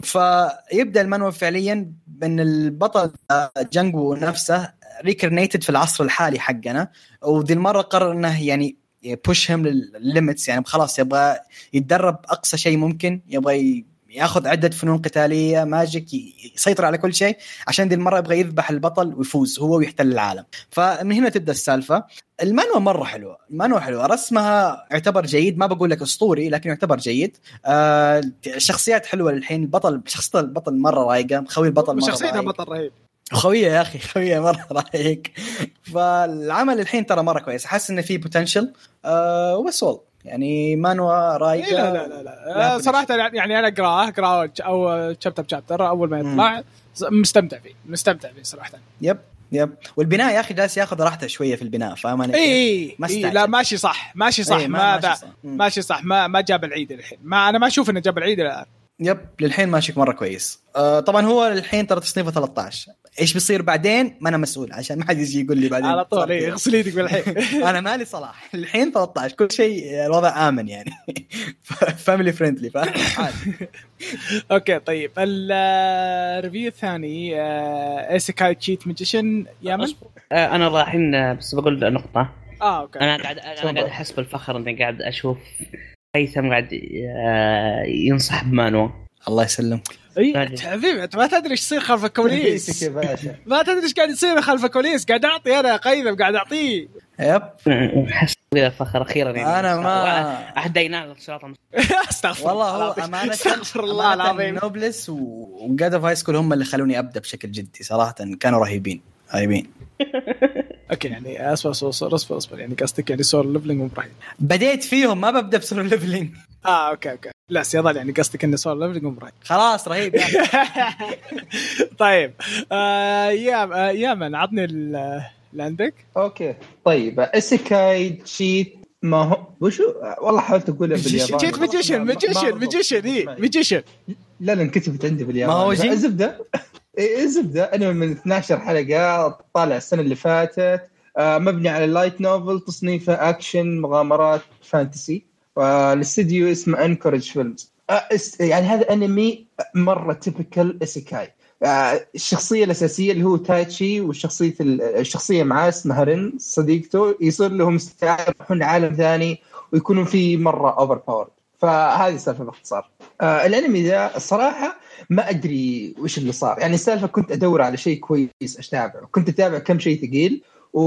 فيبدأ المانوا فعليا بأن البطل جانغو نفسه ريكرنيتد في العصر الحالي حقنا، وذي المرة قرر أنه يعني بوشهم للليميتس، يعني خلاص يبغى يتدرب أقصى شيء ممكن، يبغى ياخذ عدة فنون قتالية ماجيك، يسيطر على كل شيء عشان دي المرة يبغى يذبح البطل ويفوز هو ويحتل العالم. فمن هنا تبدأ السالفة. المانوا مرة حلوة، المانوا حلوة، رسمها يعتبر جيد، ما بقول لك أسطوري لكن يعتبر جيد. آه الشخصيات حلوة للحين، البطل شخصية البطل مرة رايقة، خوي البطل مرة شخصيته بطل رهيب، خوية يا أخي خوية مرة رايق. فالعمل الحين ترى مرة كويس، حاسس إنه فيه بوتنشل. آه وبس والله يعني مانوا رايقة. إيه لا لا لا, لا. صراحة يعني أنا أقرأه أقرأه أو شابتر بشابتر أول ما يطلع مستمتع فيه مستمتع فيه صراحة. يب يب والبناء يا أخي جالس ياخذ راحته شوية في البناء، فاهم؟ إيه إيه لا ماشي صح ماشي صح. إيه ما ماشي صح. ماشي صح ما ما جاب العيد الحين، ما أنا ما أشوف إنه جاب العيد الآن. يب للحين ماشيك مرة كويس. آه طبعا هو الحين ترى تصنيفه ثلاثة عشر، ايش بيصير بعدين ما انا مسؤول، عشان ما حد يجي يقول لي بعدين على طول ايه اغسل يدك بالحين. انا مالي صلاح الحين ثلاثة عشر كل شيء الوضع امن يعني. فاميلي فريندلي فاهم. اوكي طيب الريفيو الثاني ايسيكاي تشيت ماجيشن يا من آه انا رايحين بس بقول نقطه. اه اوكي انا قاعد انا قاعد احس بالفخر اني قاعد اشوف هيثم قاعد ينصح بمانوا. الله يسلم. اي حبيبي انت ما تدري ايش يصير خلف الكواليس. ما تدري ايش قاعد يصير خلف الكواليس. قاعد اعطي انا قيثم قاعد اعطيه. يب حس بالفخر اخيرا يعني. انا ما اهدينا الشاطئ. استغفر والله هو امانه استغفر الله العظيم. نوبلس وجاد اوف هاي سكول هم اللي خلوني ابدا بشكل جدي صراحه، كانوا رهيبين رهيبين. اوكي يعني اصبر اصبر اصبر اصبر يعني قصدك يعني سور ليفلينج وابراهيم بديت فيهم ما ببدا بسور ليفلينج. اه اوكي اوكي لا سيظل يعني قصدك انه سور ليفلينج وابراهيم خلاص رهيب يعني. طيب آه يا آه يا من عطني اللي عندك. اوكي طيب اسيكاي تشيت ما هو وشو والله حاولت اقولها بالياباني. تشيت ماجيشن ماجيشن ماجيشن اي ماجيشن لا لا انكتبت عندي بالياباني. ما هو جي زبده إيه زبدة. أنا من اثنا عشر حلقة طالع السنة اللي فاتت. آه مبني على لايت نوفل تصنيفه أكشن مغامرات فانتسي. والاستديو اسمه أنكورج فيلمز. آه يعني هذا أنمي مرة تيبيكال إسيكاي. آه الشخصية الأساسية اللي هو تايتشي والشخصية الشخصية معاه اسمها رين صديقته يصير لهم استعارة يروحون عالم ثاني ويكونوا فيه مرة أوفر باور. فهذه سالفة باختصار. آه الأنمي ذا الصراحة ما أدري وش اللي صار. يعني السالفة كنت أدور على شيء كويس أتابعه. كنت أتابع كم شيء ثقيل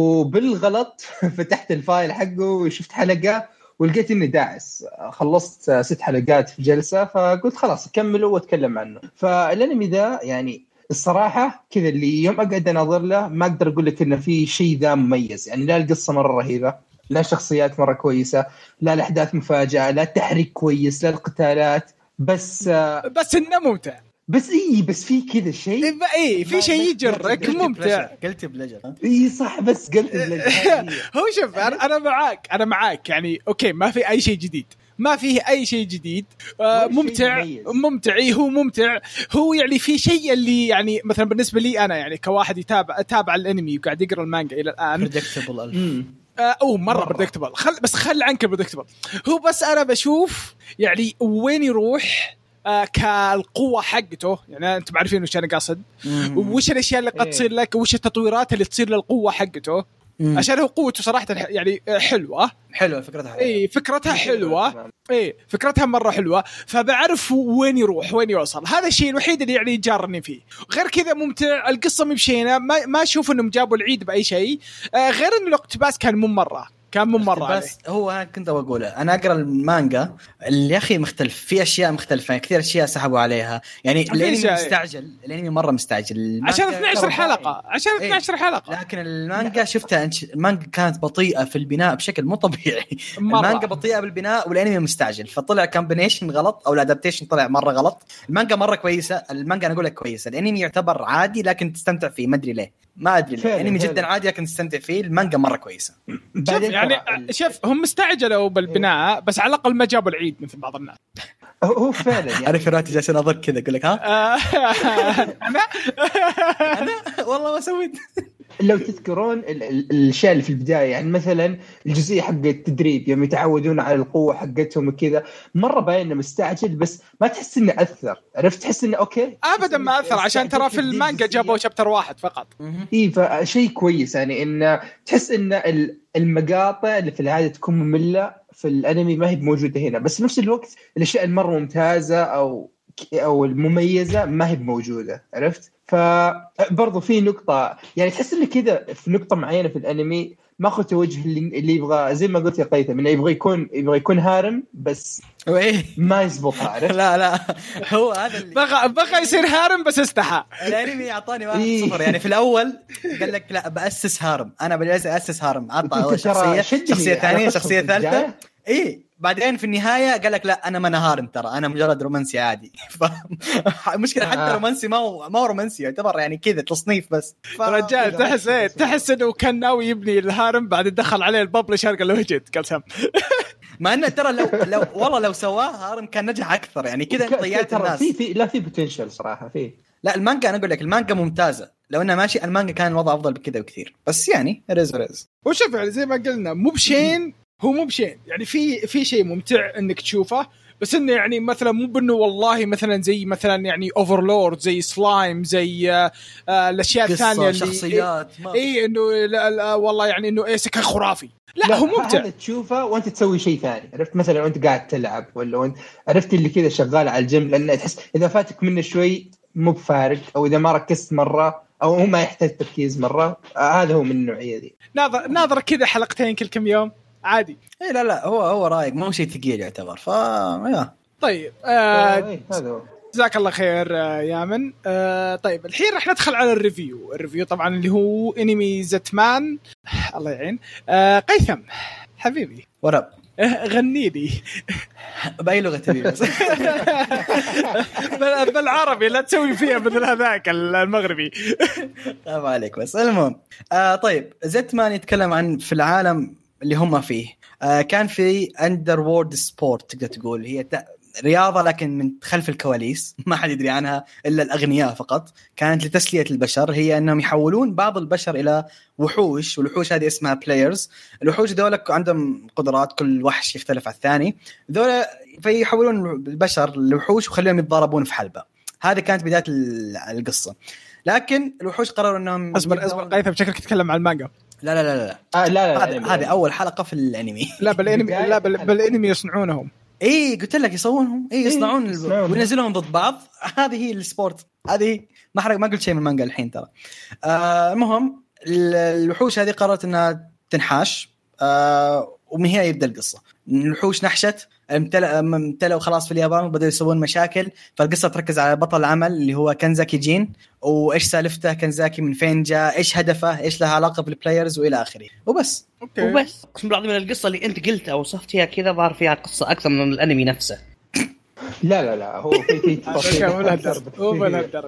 وبالغلط فتحت الفايل حقه وشفت حلقة ولقيت إني داعس. خلصت ست حلقات في جلسة فقلت خلاص أكمله وأتكلم عنه. فالأنمي ذا يعني الصراحة كذا اللي يوم أقعد أناظر له ما أقدر أقول لك إنه في شيء ذا مميز. يعني لا القصة مرة رهيبة، لا شخصيات مرة كويسة، لا الأحداث مفاجئة، لا التحريك كويس، لا القتالات، بس بس إنه ممتع. بس إيه بس في كذا شيء إيه, إيه في شيء يجرك ممتع. قلت بلجر إيه صح بس قلت بلجر. هو شوف أنا أنا معاك أنا معاك يعني أوكي ما في أي شيء جديد، ما فيه أي شيء جديد. آه ممتع ممتع إيه هو ممتع. هو يعني في شيء اللي يعني مثلا بالنسبة لي أنا يعني كواحد يتابع أتابع الأنمي وقاعد يقرأ المانجا إلى الآن predictable. أو مرة بريدكتبل. خل بس خل عنك بريدكتبل. هو بس أنا بشوف يعني وين يروح آه كالقوة حقته. يعني أنتم عارفين وش أنا قاصد، وش الأشياء اللي قد تصير لك، وش التطويرات اللي تصير للقوة حقته. مم. عشان هو قوته صراحة يعني حلوة حلوة فكرتها. إيه فكرتها حلوة. إيه فكرتها مرة حلوة. فبعرف وين يروح وين يوصل. هذا الشيء الوحيد اللي يعني يجارني فيه. غير كذا ممتع. القصة مبشينة ما ما أشوف إنهم جابوا العيد بأي شيء. آه غير إنه الاقتباس كان مو مرة كان مو مرة بس هو أنا كنت أقوله أنا أقرأ المانجا اللي أخي مختلف في أشياء مختلفة كثير أشياء سحبوا عليها. يعني الأنمي مستعجل الأنمي مرة مستعجل عشان اثنا عشر حلقة عشان اثنا عشر حلقة. لكن المانجا شفتها المانجا كانت بطيئة في البناء بشكل مو طبيعي. المانجا بطيئة بالبناء والأنمي مستعجل فطلع كامبينيشن غلط أو الأدابتيشن طلع مرة غلط. المانجا مرة كويسة. المانجا أنا أقول لك كويسة. الأنمي يعتبر عادي لكن تستمتع فيه ما أدري ليه ما أدري ليه. الأنمي جدا عادي لكن تستمتع فيه. المانجا مرة كويسة. يعني شوف هم مستعجلوا بالبناء بس على الأقل ما جابوا العيد مثل بعض الناس. هو فعلا يعني عارف راتي جالس أضرب كذا أقول لك ها أنا أنا والله ما سويت. لو تذكرون الاشياء اللي في البدايه يعني مثلا الجزئيه حق التدريب يوم يتعودون على القوه حقتهم وكذا مره باين مستعجل بس ما تحس انه اثر. عرفت تحس انه اوكي ابدا ما اثر عشان ترى في المانجا جابوا شابتر واحد فقط. اي فشيء كويس يعني ان تحس ان المقاطع اللي في العاده تكون ممله في الانمي ما هي موجوده هنا بس في نفس الوقت الاشياء المره ممتازه او او المميزه ما هي موجوده. عرفت فبرضو في نقطة يعني تحس إن كذا في نقطة معينة في الأنمي ما أخذ توجه اللي, اللي يبغى زي ما قلت يا قيثم إنه يبغى يكون يبغى يكون هارم بس ما يزبطها. عرفت لا لا هو هذا اللي بقى بقى يصير هارم بس استحى. الأنمي أعطاني واحد صفر يعني في الأول قال لك لا بأسس هارم أنا بجلس أسس هارم أعطى شخصية شخصية ثانية شخصية ثالثة إيه بعدين في النهاية قال لك لا أنا ما نهارم ترى أنا مجرد رومانسي عادي. مشكلة حتى آه. رومانسي ما هو ما هو رومانسي يعتبر يعني كذا تصنيف بس. رجال تحس إيه تحس إنه كان ناوي يبني الهارم بعد دخل عليه الببلشر قال له وجد قال سام. ما أنه ترى لو لو والله لو سواه هارم كان نجح أكثر يعني كذا ضيعت الناس. في في لا في بوتنشل صراحة في. لا المانجا أنا أقول لك المانجا ممتازة لو انه ماشي المانجا كان الوضع افضل بكذا بكثير، بس يعني رز رز. وشوف يعني زي ما قلنا مو بشين، هو مو بشين يعني في في شيء ممتع انك تشوفه، بس انه يعني مثلا مو بانه والله مثلا زي مثلا يعني اوفرلورد زي سلايم زي آه آه الاشياء الثانيه اللي شخصيات اي إيه انه لا لا والله يعني انه ايش كان خرافي. لا, لا هو ممتع هذا تشوفه وانت تسوي شيء ثاني، عرفت مثلا وانت قاعد تلعب ولا وانت عرفت اللي كذا شغال على الجيم، لان تحس اذا فاتك منه شوي مو بفارق، او اذا ما ركزت مره او هو ما يحتاج تركيز مره. آه هذا هو من النوعيه دي. ناظر ناظر كذا حلقتين كل كم يوم عادي. اي لا لا هو هو رايق، مو شيء ثقيل يعتبر. ف يا طيب آه آه هذا هو. جزاك الله خير آه يامن. آه طيب الحين راح ندخل على الريفيو. الريفيو طبعا اللي هو انمي زتمان. الله يعين. آه قيثم حبيبي ورب غني لي باي لغه تبي بس بالعربي لا تسوي فيها مثل هذاك المغربي. طيب عليك بس. المهم آه طيب زتمان يتكلم عن في العالم اللي هم فيه. آه كان في اندر وورد سبورت تقدر تقول، هي رياضة لكن من خلف الكواليس ما حد يدري عنها إلا الأغنياء فقط. كانت لتسلية البشر، هي أنهم يحولون بعض البشر إلى وحوش، والوحوش هذه اسمها بلايرز. الوحوش دولك عندهم قدرات، كل وحش يختلف عن الثاني ذولا، فيحولون البشر لوحوش وخليهم يتضاربون في حلبة. هذه كانت بداية القصة. لكن الوحوش قرروا أنهم أصبر أصبر قيثم بشكلك تتكلم عن المانجا. لا لا لا لا آه لا لا هذه هذه أول حلقة في الأنمي. لا بالأنمي لا بالأنمي يصنعونهم. ايه قلت لك يصورونهم، ايه يصنعون إيه وينزلونهم ضد بعض. هذه هي السبورت، هذه ما حرق ما قلت شيء من المانجا الحين ترى. آه المهم الوحوش هذه قررت انها تنحاش، آه ومن هنا يبدا القصه. الوحوش نحشت امتلأ امتلأوا خلاص في اليابان وبدأوا يسوون مشاكل. فالقصه تركز على بطل العمل اللي هو كنزاكي جين، وايش سالفته كنزاكي، من فين جاء، ايش هدفه، ايش لها علاقه بالبلايرز والى اخره. وبس أوكي. وبس اقسم بالله من القصه اللي انت قلتها وصفتها كذا ظهر فيها قصه اكثر من الانمي نفسه. لا لا لا هو في في تفاصيل هو لهالدرجه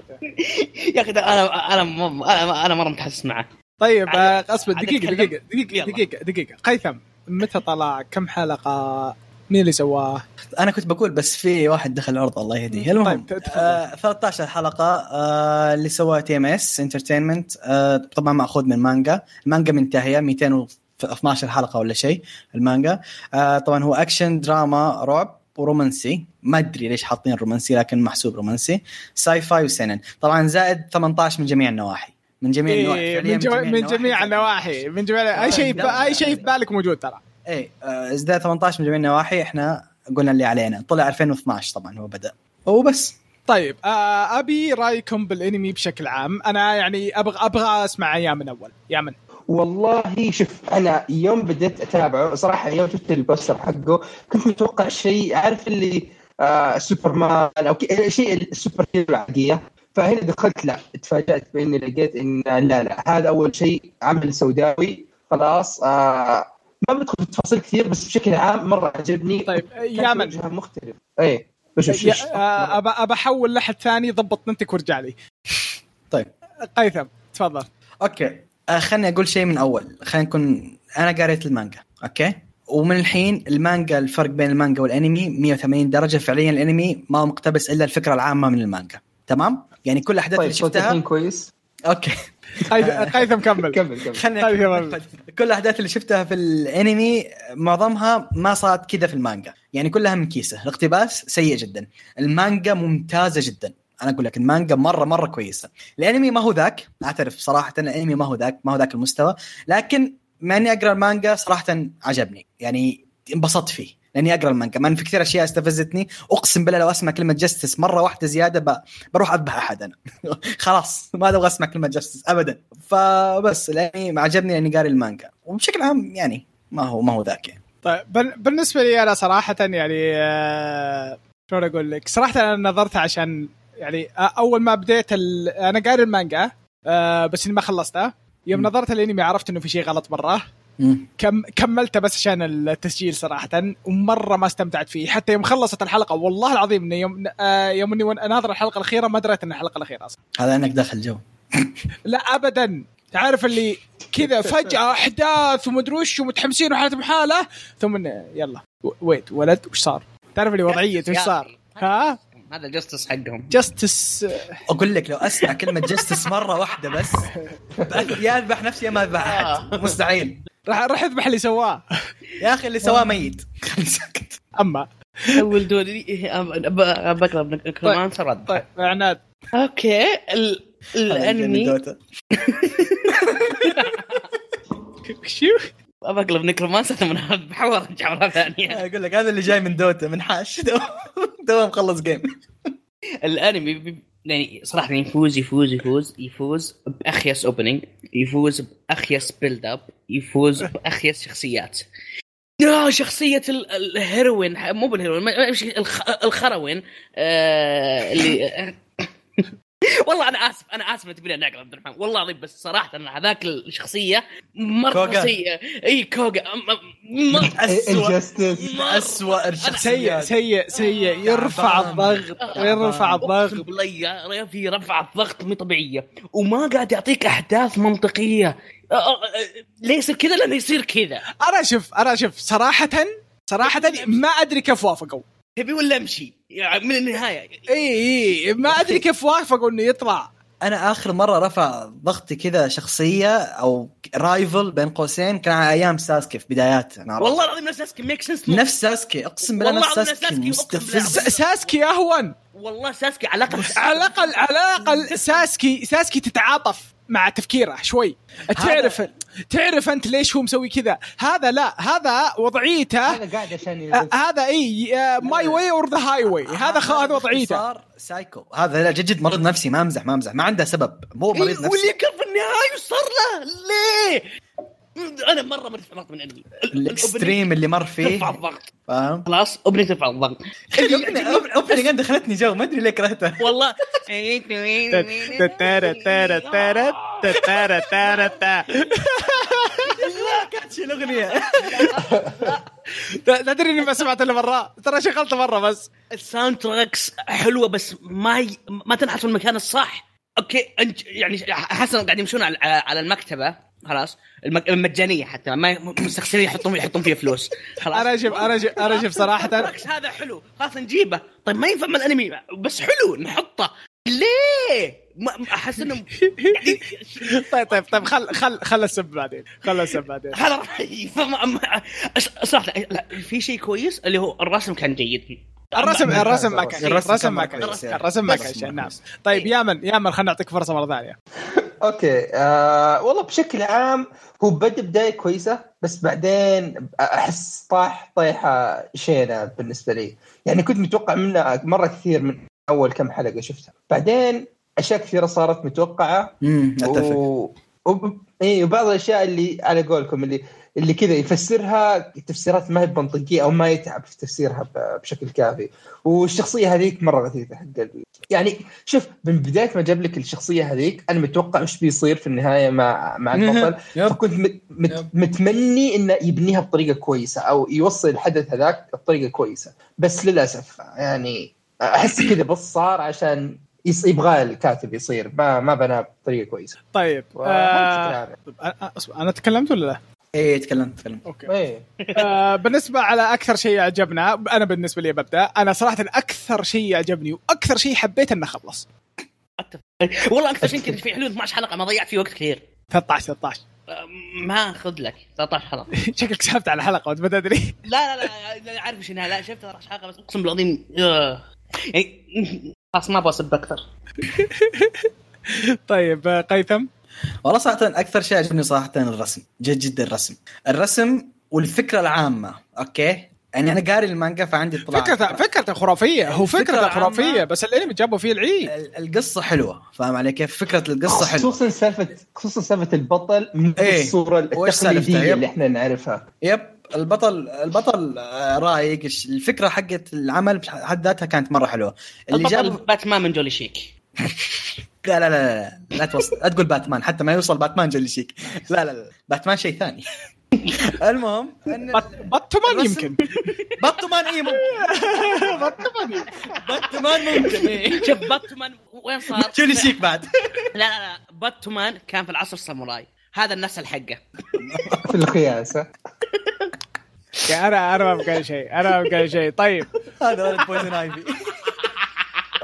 يا اخي انا انا انا انا مره متحسس معه. طيب اصبر دقيقه دقيقه دقيقه دقيقه دقيقه قيثم متى طلع؟ كم حلقه؟ مين اللي سواه؟ انا كنت بقول بس في واحد دخل العرض الله يهديه. المهم طيب آه ثلاثة عشر حلقه آه اللي سواه تي ام اس انترتينمنت. آه طبعا ماخوذ من مانجا. المانجا منتهيه مئتين واثني عشر حلقه ولا شيء المانجا. آه طبعا هو اكشن دراما رعب ورومانسي، ما ادري ليش حاطين رومانسي لكن محسوب رومانسي، ساي فاي وسنن طبعا، زائد ثمانية عشر من جميع النواحي. من جميع إيه النواحي من, جو... من جميع النواحي من جميع اي شيء ب... اي شيء في بالك موجود ترى. ايه ازداد ثمانية عشر من جميع النواحي. احنا قلنا اللي علينا. طلع ألفين واثناشر طبعا هو بدأ وبس. طيب آه ابي رايكم بالانمي بشكل عام. انا يعني ابغى ابغى اسمع ايام من اول. يا من والله شوف انا يوم بديت اتابعه صراحه يوم شفت البوستر حقه كنت متوقع شيء عارف اللي آه سوبرمان او شيء السوبر هيرو العاديه. فهنا دخلت لا اتفاجأت باني لقيت ان لا لا هذا اول شيء عمل سوداوي خلاص. آه ما بدخل في تفاصيل كثير بس بشكل عام مره عجبني. طيب يا من مختلف ايه بس ابى ابى احول لحد ثاني ضبط نتك وارجع لي. طيب قيثم تفضل. اوكي آه خلني اقول شيء من اول. خلينا نكون انا قريت المانجا اوكي، ومن الحين المانجا الفرق بين المانجا والانمي مئة وثمانين درجه. فعليا الانمي ما هو مقتبس الا الفكره العامه من المانجا تمام. يعني كل احداث طيب اللي شفتها كويس. اوكي قيثم كمل كمل كمل خلني كل الاحداث اللي شفتها في الانمي معظمها ما صارت كذا في المانجا، يعني كلها من كيسه. الاقتباس سيء جدا. المانجا ممتازه جدا. انا اقول لك المانجا مره مره كويسه. الانمي ما هو ذاك، اعترف صراحه الانمي ما هو ذاك ما هو ذاك المستوى، لكن ما اني اقرا المانجا صراحه عجبني، يعني انبسطت فيه لاني اقرا المانجا. ما في كثير اشياء استفزتني. اقسم بالله لو اسمع كلمه جاستس مره واحده زياده ب... بروح اذبح احد انا خلاص ما ابغى اسمع كلمه جاستس ابدا. فبس الانمي ما عجبني لاني قاري المانجا، وبشكل عام يعني ما هو ما هو ذاك يعني. طيب بالنسبه لي انا صراحه يعني آه... شو اقول لك، صراحه انا نظرت عشان يعني اول ما بديت ال... انا قاري المانجا آه بس اني ما خلصتها. يوم م. نظرت الانمي عرفت انه في شيء غلط مره. كم كملته بس عشان التسجيل صراحه، ومره ما استمتعت فيه. حتى يوم خلصت الحلقه والله العظيم اني يوم آه يوم اني اناظر الحلقه الاخيره ما دريت ان الحلقه الاخيره اصلا. هذا انك داخل جو. لا ابدا، تعرف اللي كذا فجاه احداث ومدروش ومتحمسين وحالتهم حاله ثم يلا ويت ولد وش صار. تعرف اللي وضعيه وش صار. ها هذا جاستس حقهم. جاستس اقول لك لو اسمع كلمه جاستس مره واحده بس يا اذبح نفسي يا ما اذبح احد. مستحيل. راح راح يذبح اللي سواه يا اخي اللي سواه ميت. سكت. اما اول دوري بقرا نكرومانسر رد. طيب عناد. اوكي ال... الانمي شو بقلب نكرومانسر ثم بحاول ارجع مره ثانيه. اقول لك هذا اللي جاي من دوتا من حاش دوام مخلص جيم. الانمي يعني صراحه يفوز يفوز يفوز يفوز باخيس اوبننج، يفوز باخيس بيلد اب، يفوز باخيس شخصيات. يا شخصيه الهيروين مو بالهيروين الخروين آه اللي والله انا اسف انا اسف تقول انا عقل عبد الرحمن والله العظيم، بس صراحه انا هذاك الشخصيه مره سيئه. اي كوغا اسوء اسوء سيء سيء سيء يرفع الضغط يرفع الضغط بليا في رفع الضغط مو طبيعيه، وما قاعد يعطيك احداث منطقيه. ليه يصير كذا لانه يصير كذا. انا شوف انا شوف صراحه صراحه ما ادري كيف وافقوا تبي ولا امشي يعني من النهايه. اي اي ما ادري كيف وافقوا انه يطلع. انا اخر مره رفع ضغطي كذا شخصيه او رايفل بين قوسين كان على ايام ساسكي في بدايات. والله العظيم نفس ساسكي ميك سنس نفس ساسكي اقسم بالله نفس ساسكي مستفز. ساسكي اهون والله ساسكي على الاقل على الاقل على الاقل ساسكي ساسكي تتعاطف مع تفكيره شوي، تعرف تعرف انت ليش هو مسوي كذا. هذا لا هذا وضعيته هذا قاعد عشان هذا اي ماي واي اور ذا هاي واي. هذا هذا وضعيته صار سايكو. هذا لا جد مريض نفسي ما امزح ما امزح ما عنده سبب مو مريض نفسي. واللي كان في النهايه صار له ليه. انا مره مرت فرط من عندي الاكستريم اللي مر فيه ترفع الضغط فاهم خلاص اوبننج ترفع الضغط. اوبننج عندي دخلتني جو ما ادري ليه كرهته والله. تتارا تارا تارا تتارا تارا تا لا كانت شي الاغنيه تدري اني ما سمعت الا مره ترى شغلت مره بس. الساوند تراكس حلوه بس ما ي... ما تنحط في المكان الصح. اوكي انت يعني حسن قاعد يمشون على على المكتبه خلاص المجانيه حتى ما مستخسرين يحطون يحطون فيها فلوس خلاص. انا شوف انا شوف انا شوف صراحه هذا حلو خلاص نجيبه. طيب ما ينفع من الانمي بس حلو نحطه ليه ما احس انه طيب طيب طيب خل خل خل السب بعدين خل السب بعدين هذا رايي. صراحه لا في شيء كويس اللي هو الرسم كان جيد. الرسم الرسم ما كان الرسم ما كان الرسم ما كان شيء. نعم طيب يامن يامن خلينا نعطيك فرصه مره ثانيه. اوكي آه والله بشكل عام هو بدا بدايه كويسه بس بعدين احس طاح طيحه شينه بالنسبه لي. يعني كنت متوقع منه مره كثير من اول كم حلقه شفتها، بعدين اشياء كثيره صارت متوقعه امم اتفق و... و... اي وبعض الاشياء اللي على قولكم اللي اللي كذا يفسرها تفسيرات ما هي منطقيه او ما يتعب في تفسيرها بشكل كافي. والشخصيه هذيك مره غثيثه حق قلبي. يعني شوف من بدايه ما جاب لك الشخصيه هذيك انا متوقع ايش بيصير في النهايه مع مع البطل فكنت مت... مت... متمني انه يبنيها بطريقه كويسه او يوصل الحدث هذاك بطريقه كويسه، بس للاسف يعني احس كذا بس صار عشان يبغى الكاتب يصير ما ما بنى بطريقه كويسه. طيب آه... انا تكلمت ولا لا؟ ايه تكلمت تكلمت اوكي ايه. آه بالنسبه على اكثر شيء عجبنا انا بالنسبه لي ببدا انا صراحه اكثر شيء عجبني واكثر شيء حبيت انه خلص. والله اكثر شيء كنت في حلول اثنا عشر حلقه ما ضيعت فيه وقت كثير. ثلاثة عشر ثلاثة عشر ما اخذ لك ثلاثة عشر حلقه. شكلك سحبت على حلقه وانت ما تدري. لا لا لا عارف ايش انها لا شفت ثلاثة عشر حلقه بس اقسم بالعظيم يعني خلاص ما بوصل اكثر. طيب قيثم. والله صراحة أكثر شيء عجبني صراحة الرسم جد جدا الرسم الرسم والفكرة العامة. أوكي يعني أنا قاري المانجا فعندي اطلاع. فكرة فكرة خرافية هو فكرة خرافية بس الأنمي جابوا فيه العيد. القصة حلوة فاهم علي كيف فكرة القصة حلوة خصوصا سالفة خصوصا سالفة البطل من ايه؟ الصورة التقليدية اللي إحنا نعرفها. يب البطل البطل رايق الفكرة حقت العمل بحد ذاتها كانت مرة حلوة. اللي جاب باتمان من جولي شيك. لا لا لا لا لا توصل لا تقول باتمان حتى ما يوصل باتمان جولي شيك. لا لا لا باتمان شيء ثاني. المهم باتمان يمكن باتمان ايه باتمان باتمان ممكن شوف باتمان وين صار جولي شيك بعد. لا لا لا باتمان كان في العصر الساموراي هذا النسل حقه في القياسة. انا انا ما بقى شيء انا ما بقى شيء. طيب هذا ولد بويزن ايفي.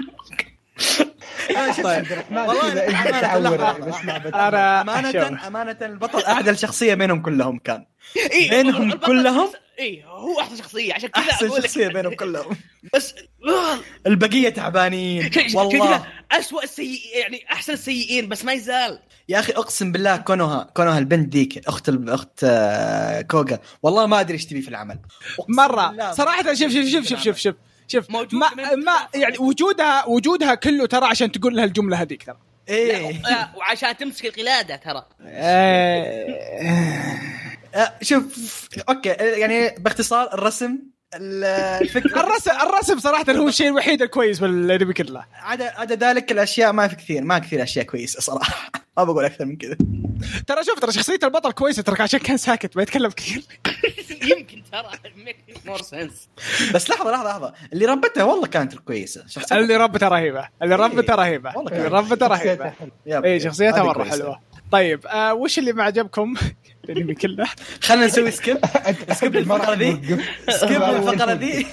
والله انا امانه امانه البطل اعدل شخصيه بينهم كلهم كان بينهم كلهم ايه هو احسن شخصيه عشان كذا احسن شخصيه بينهم كلهم بس البقيه تعبانين والله أسوأ السيء يعني احسن السيئين بس ما يزال يا اخي اقسم بالله كونوها كونوها البنت ديك اخت اخت كوغا والله ما ادري ايش تبي في العمل مره صراحه. شوف شوف شوف شوف شوف شوف شوف ما, ما يعني وجودها وجودها كله ترى عشان تقول لها الجمله هذيك ترى ايه وعشان تمسك القلاده ترى شوف اوكي يعني باختصار الرسم الفكره الرسم الرسم صراحه هو الشيء الوحيد الكويس بالانمي كله. عدا عدا ذلك الاشياء ما في كثير ما كثير اشياء كويسه صراحه ما بقول اكثر من كذا. ترى شوف ترى شخصيه البطل كويسه ترى عشان كان ساكت ما يتكلم كثير يمكن ترى مور سنس. بس لحظه لحظه لحظه اللي ربتها والله كانت كويسه اللي ربتها رهيبه اللي ربتها رهيبه اللي ربتها رهيبه اي شخصيتها مره حلوه. طيب آه وش اللي ما عجبكم الانمي كله؟ خلينا نسوي سكيب سكيب الفقره ذي سكيب الفقره ذي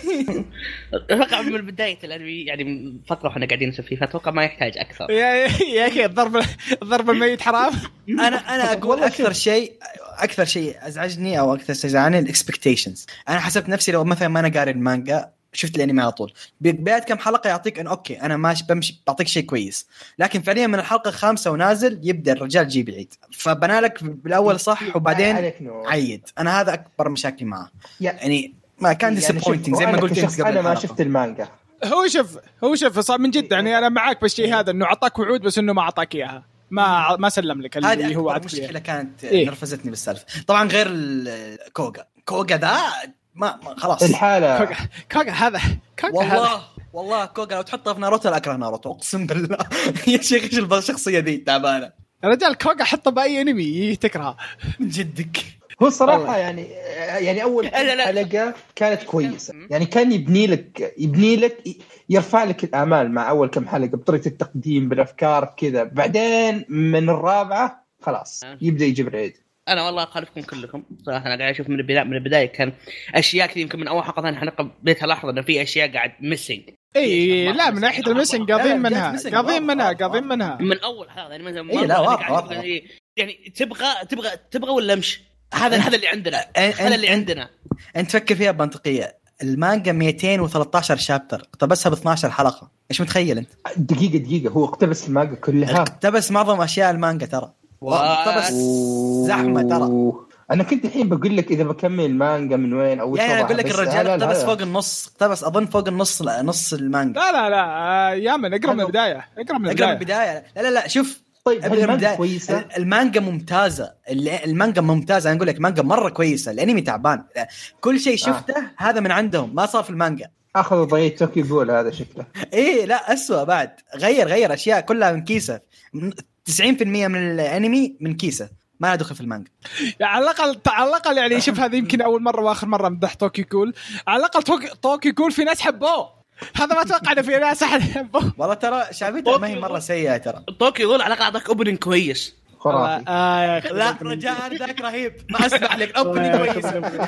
فقط من بدايه الانمي يعني فتره احنا قاعدين نسوي فيها اتوقع ما يحتاج اكثر. يا يا اخي الضرب الضرب الميت حرام. انا انا اقول اكثر شيء اكثر شيء ازعجني او اكثر شيء زعلني الاكسبكتيشنز. انا حسبت نفسي لو مثلا ما انا قاري المانجا شفت الانمي على طول ببدايه كم حلقه يعطيك ان اوكي انا ماشي بمشي بعطيك شيء كويس لكن فعليا من الحلقه الخامسه ونازل يبدا الرجال يجيب العيد فبنالك بالاول صح وبعدين عيد. انا هذا اكبر مشاكلي معه يعني ما كان ديسابوينتنج زي ما قلت انت قبل. انا ما شفت المانجا. هو شوف هو شوف صار من جد يعني انا معاك بالشيء هذا انه اعطاك وعود بس انه ما اعطاك اياها ما ما سلم لك اللي هو عاد المشكله كانت إيه؟ نرفزتني بالسالفه طبعا غير الكوغا كوغا ده ما, ما خلاص الحالة كوغا, كوغا هذا كوغا والله هذا. والله كوغا لو تحطه في ناروتو اكره ناروتو اقسم بالله يا شيخ ايش الشخصيه دي تعبانه يا رجال كوغا حطه باي انمي تكرهه من جدك. هو صراحه يعني يعني اول حلقه كانت كويسه يعني كان يبني لك يبني لك يرفع لك الامال مع اول كم حلقه بطريقه التقديم بالافكار كذا بعدين من الرابعه خلاص يبدا يجيب العيد. انا والله اخالفكم كلكم صراحه. انا قاعد اشوف من البدايه من البدايه كان اشياء كثير يمكن من اول حلقه ثانيه حلقه بديت الاحظ انه في اشياء قاعد ميسنج. اي لا من ناحيه الميسنج قاضين منها قاضين منها قاضين منها من اول حلقه يعني مثلا إيه لا واضح واضح يعني تبغى تبغى تبغى ولا امشي. هذا هذا اللي عندنا هذا اللي عندنا. انت تفكر فيها بمنطقيه المانجا مئتين وثلاثة عشر شابتر اقتبسها ب اثنا عشر حلقه. ايش متخيل انت؟ دقيقه دقيقه هو اقتبس المانجا كلها اقتبس معظم اشياء المانجا ترى اقتبس زحمه ترى. انا كنت الحين بقول لك اذا بكمل مانجا من وين او يعني اقول لك الرجال اقتبس فوق النص اقتبس اظن فوق النص نص المانجا. لا لا لا يا من اقرا من البدايه اقرا من البدايه البدايه لا لا لا شوف طيب المانجا كويسه المانجا ممتازه المانجا ممتازه. انا اقول لك مانجا مره كويسه الانمي تعبان كل شيء شفته آه. هذا من عندهم ما صار في المانجا. اخذوا ضيق توكي جول هذا شكله ايه لا أسوأ بعد غير غير اشياء كلها من كيسه تسعين بالمئة من الانمي من كيسه ما دخل في المانجا. يعني على الاقل على الاقل يعني شوف هذه يمكن اول مره واخر مره مدح توكي كول. على الاقل توكي, توكي كول في ناس حبوه هذا ما اتوقع انه في ناس احد حبوه والله ترى شعبيته ما هي مره سيئه ترى. توكي كول على الاقل اعطاك اوبننج كويس خرافي. آه لا رجاء ذاك رهيب ما اسمح لك اوبننج كويس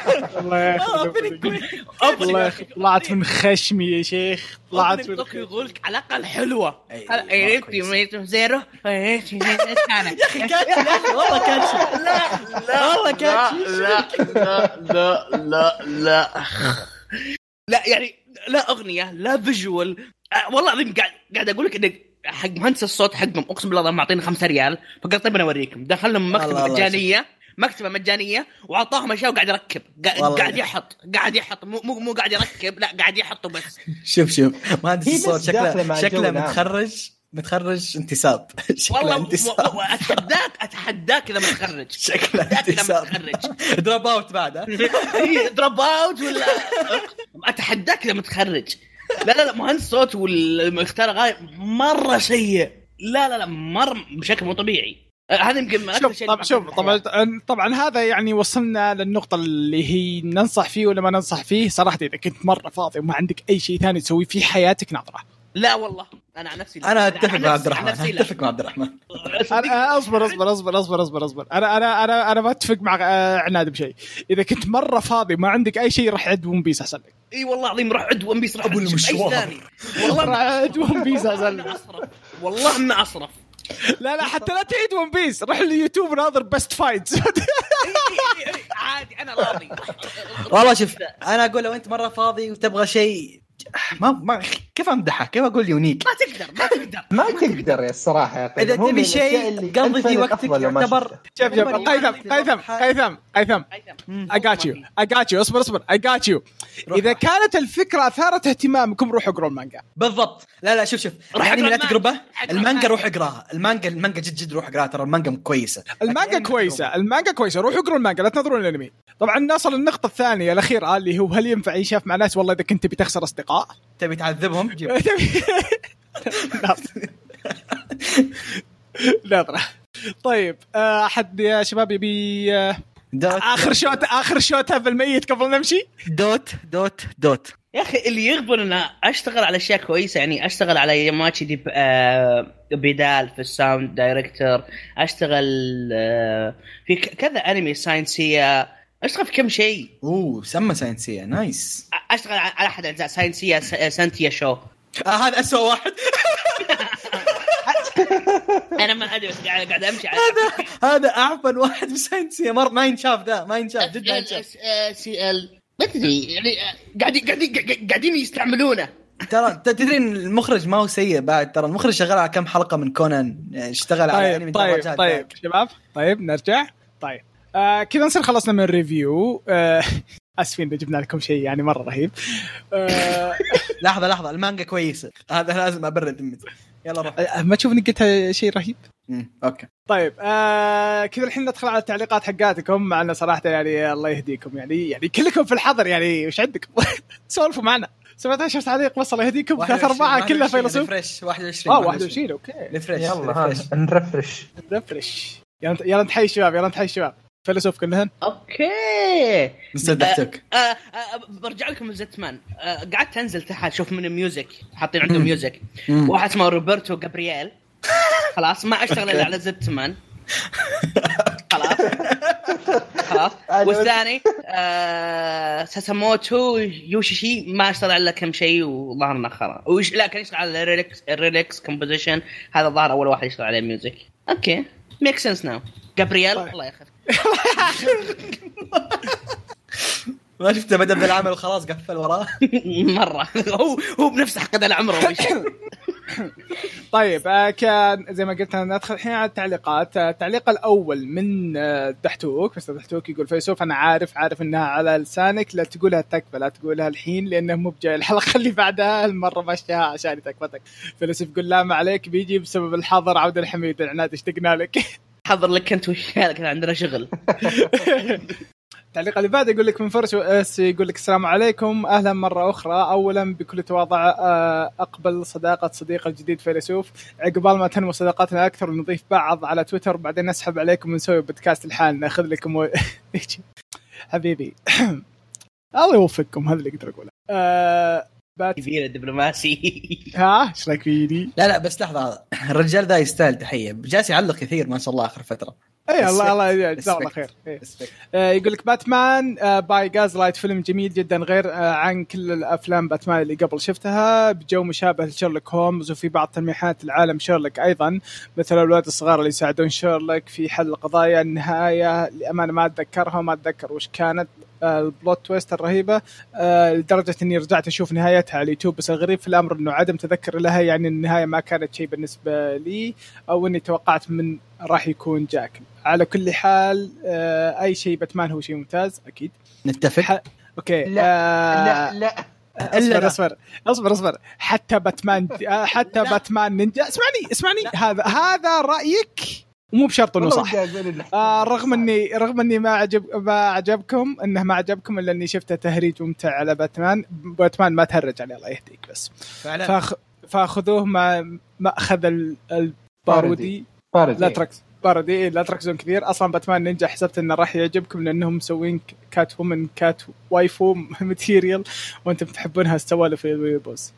الله اوبننج كويس الله طلعت من خشمي يا شيخ طلعت من توكي كول على الاقل حلوه. اي في زيرو يا اخي كاتش والله كاتش لا لا والله كاتش لا لا لا لا لا يعني لا اغنيه لا فيجوال والله العظيم قاعد قاعد اقول لك انك حق مهندس الصوت حقهم اقسم بالله معطيني خمسة ريال فقلت طيب انا اوريكم دخلهم مكتبه مجانيه مكتبه مجانيه وعطاهم اشياء وقاعد يركب قاعد يحط قاعد يحط مو مو قاعد يركب لا قاعد يحطه بس. شوف شوف مهندس الصوت شكله شكله متخرج متخرج انتساب والله اتحداك اتحداك اذا متخرج شكله انتساب دروب اوت بعد دروب اوت ولا اتحداك اذا متخرج. لا لا لا مهندس صوت والمختار غايب مرة سيء لا لا لا مرة بشكل مو طبيعي. هذا يمكن أكثر شيء. طبعا شوف طبعا طبعا هذا يعني وصلنا للنقطة اللي هي ننصح فيه ولا ما ننصح فيه صراحة. إذا كنت مرة فاضي وما عندك أي شيء ثاني تسوي في حياتك ناظرة. لا والله أنا عن نفسي أنا أتفق مع عبد الرحمن أتفق مع عبد الرحمن أنا أصبر أصبر أصبر أصبر أصبر أصبر أنا أنا أنا أنا ما أتفق مع عناد بشيء. إذا كنت مرة فاضي ما عندك أي شيء راح عد ون بيس أحسن لك. اي والله العظيم راح عد ون بيس راح ابو المشوار والله راح عد ون بيس أحسن لك. والله ما اصرف. لا لا حتى لا تعيد ون بيس، روح اليوتيوب ناظر بست فايتس. عادي انا راضي. والله شوف انا اقول لو انت مره فاضي وتبغى شيء ما ما كيف امدحه كيف اقول يونيك ما تقدر ما تقدر ما تقدر يا الصراحه يا اذا تبي شيء قضي فيه وقتك يعتبر. شوف شوف قيثم قيثم قيثم قيثم I got you I got you اصبر اصبر I got you. اذا كانت الفكره اثارت اهتمامكم روحوا اقروا المانجا. بالضبط. لا لا شوف شوف يعني لا تقربه المانجا روح اقراها. المانجا المانجا جد جد روح اقراها ترى المانجا كويسه. المانجا كويسه المانجا كويسه روحوا اقروا المانجا لا تنظرون الانمي. طبعا نصل النقطه الثانيه الاخيره اللي هو هل ينفع يشاف مع ناس والله اذا كنت بتخسر اصدقاء تبي تعذبهم جيب نظرة. طيب أحد يا شباب يبي آخر شوت آخر شوت في الميت قبل نمشي. دوت دوت دوت يا أخي اللي يغبن أنا أشتغل على أشياء كويسة يعني أشتغل على ياماتشي دي بدال في الساوند دايركتور أشتغل في كذا أنمي ساينسية أشتغل في كم شيء. أوه سمى ساينسية نايس. أشتغل على أحد أجزاء ساينسية سانتيا شو. آه هذا أسوأ واحد. أنا ما أدري بس قاعد قاعد أمشي على هذا هذا أعفن واحد بساينسية مر ما ينشاف ذا ما ينشاف جد ما ينشاف. سي ال ما أدري يعني قاعدين قاعدين قاعدين يستعملونه. ترى تدري المخرج ما هو سيء بعد ترى المخرج شغال على كم حلقة من كونان اشتغل على أنمي طيب طيب, طيب شباب طيب نرجع طيب آه كذا نصير خلصنا من الريفيو. آه اسفين اذا جبنا لكم شيء يعني مره رهيب. آه لحظه لحظه المانجا كويسه هذا لازم ابرد ذمتي. يلا روح. ما تشوفني قلت شيء رهيب. امم اوكي طيب آه كذا الحين ندخل على التعليقات حقاتكم معنا صراحه يعني الله يهديكم يعني يعني كلكم في الحضر يعني وش عندكم سولفوا معنا سبعة عشر تعليق بس الله يهديكم ثلاثة أربعة كلها فيلسوف. ريفرش واحد وعشرين اه واحد وعشرين اوكي ريفرش يلا نرفرش نرفرش يلا يلا نحيي الشباب يلا نحيي الشباب فيلسوف كلهن. اوكي مصدقتك. آه آه برجع لكم زتمان. آه قعدت انزل تحت شوف من الميوزك حاطين عندهم ميوزك واحد اسمه روبرتو جابرييل. خلاص ما اشتغل الا على زتمان خلاص خلاص. والثاني آه ساساموتو يوشيشي ما اشتغل الا كم شيء وظهرنا خلاص وش لا كان يشتغل على الريلكس الريلكس كومبوزيشن هذا ظهر اول واحد يشتغل على الميوزك. اوكي ميك سنس ناو. جابرييل الله يخف ما شفته بدأ بالعمل وخلاص قفل وراه مرة هو هو بنفسه حقد العمر. طيب كان زي ما قلت أنا ندخل الحين على التعليقات. التعليق الأول من دحتوك بس دحتوك يقول فيسوف أنا عارف عارف إنها على لسانك لا تقولها تكفى لا تقولها الحين لأنه مو بجاي الحلقة اللي بعدها المرة مشيها عشان تكفتك. فيلسوف يقول لا ما عليك بيجي بسبب الحظر عود الحميد العناد اشتقنا لك. حضر لك انت وشالك عندنا شغل. التعليق اللي بعد يقول لك من فرش اس يقول لك السلام عليكم اهلا مره اخرى اولا بكل تواضع اقبل صداقه صديق الجديد فيلسوف عقبال ما تنمو صداقاتنا اكثر ونضيف بعض على تويتر بعدين نسحب عليكم ونسوي بودكاست الحال ناخذ لكم و... حبيبي الله يوفقكم هذا اللي اقدر اقوله. أه... كبير الدبلوماسي. ها ايش رايك فيني؟ لا لا بس لحظه الرجال ذا يستاهل تحيه جالس يعلق كثير ما شاء الله اخر فتره. اي الله الله جزاه الله خير. آه يقول لك باتمان آه باي جاز لايت فيلم جميل جدا غير آه عن كل الافلام باتمان اللي قبل شفتها بجو مشابه لشيرلوك هومز وفي بعض تلميحات العالم شيرلوك ايضا مثل الاولاد الصغار اللي يساعدون شيرلوك في حل القضايا. النهايه لامانه ما اتذكرها وما اتذكر وش كانت آه البلوت تويست الرهيبه آه لدرجه اني رجعت اشوف نهايتها على اليوتيوب بس الغريب في الامر انه عدم تذكر لها يعني النهايه ما كانت شيء بالنسبه لي او اني توقعت من راح يكون جاك. على كل حال آه أي شيء باتمان هو شيء ممتاز أكيد نتفق. ح... أوكي لا آه... لا لا أصبر أصبر أصبر أصبر حتى باتمان حتى باتمان نينجا اسمعني اسمعني لا. هذا هذا رأيك ومو بشرط إنه صح. آه رغم إني رغم إني ما عجب ما عجبكم إنه ما عجبكم إلا إني شفته تهريج ممتع على باتمان. باتمان ما تهرج عليه الله يهديك بس فأخ... فأخذوه مع مأخذ البارودي لا تركز بارودي لا تركزون كثير اصلا باتمان نينجا حسبت انه راح يعجبكم لانهم مسوين كات وومن كات وايفو ماتيريال وانتم تحبونها السوالف في الويبوز.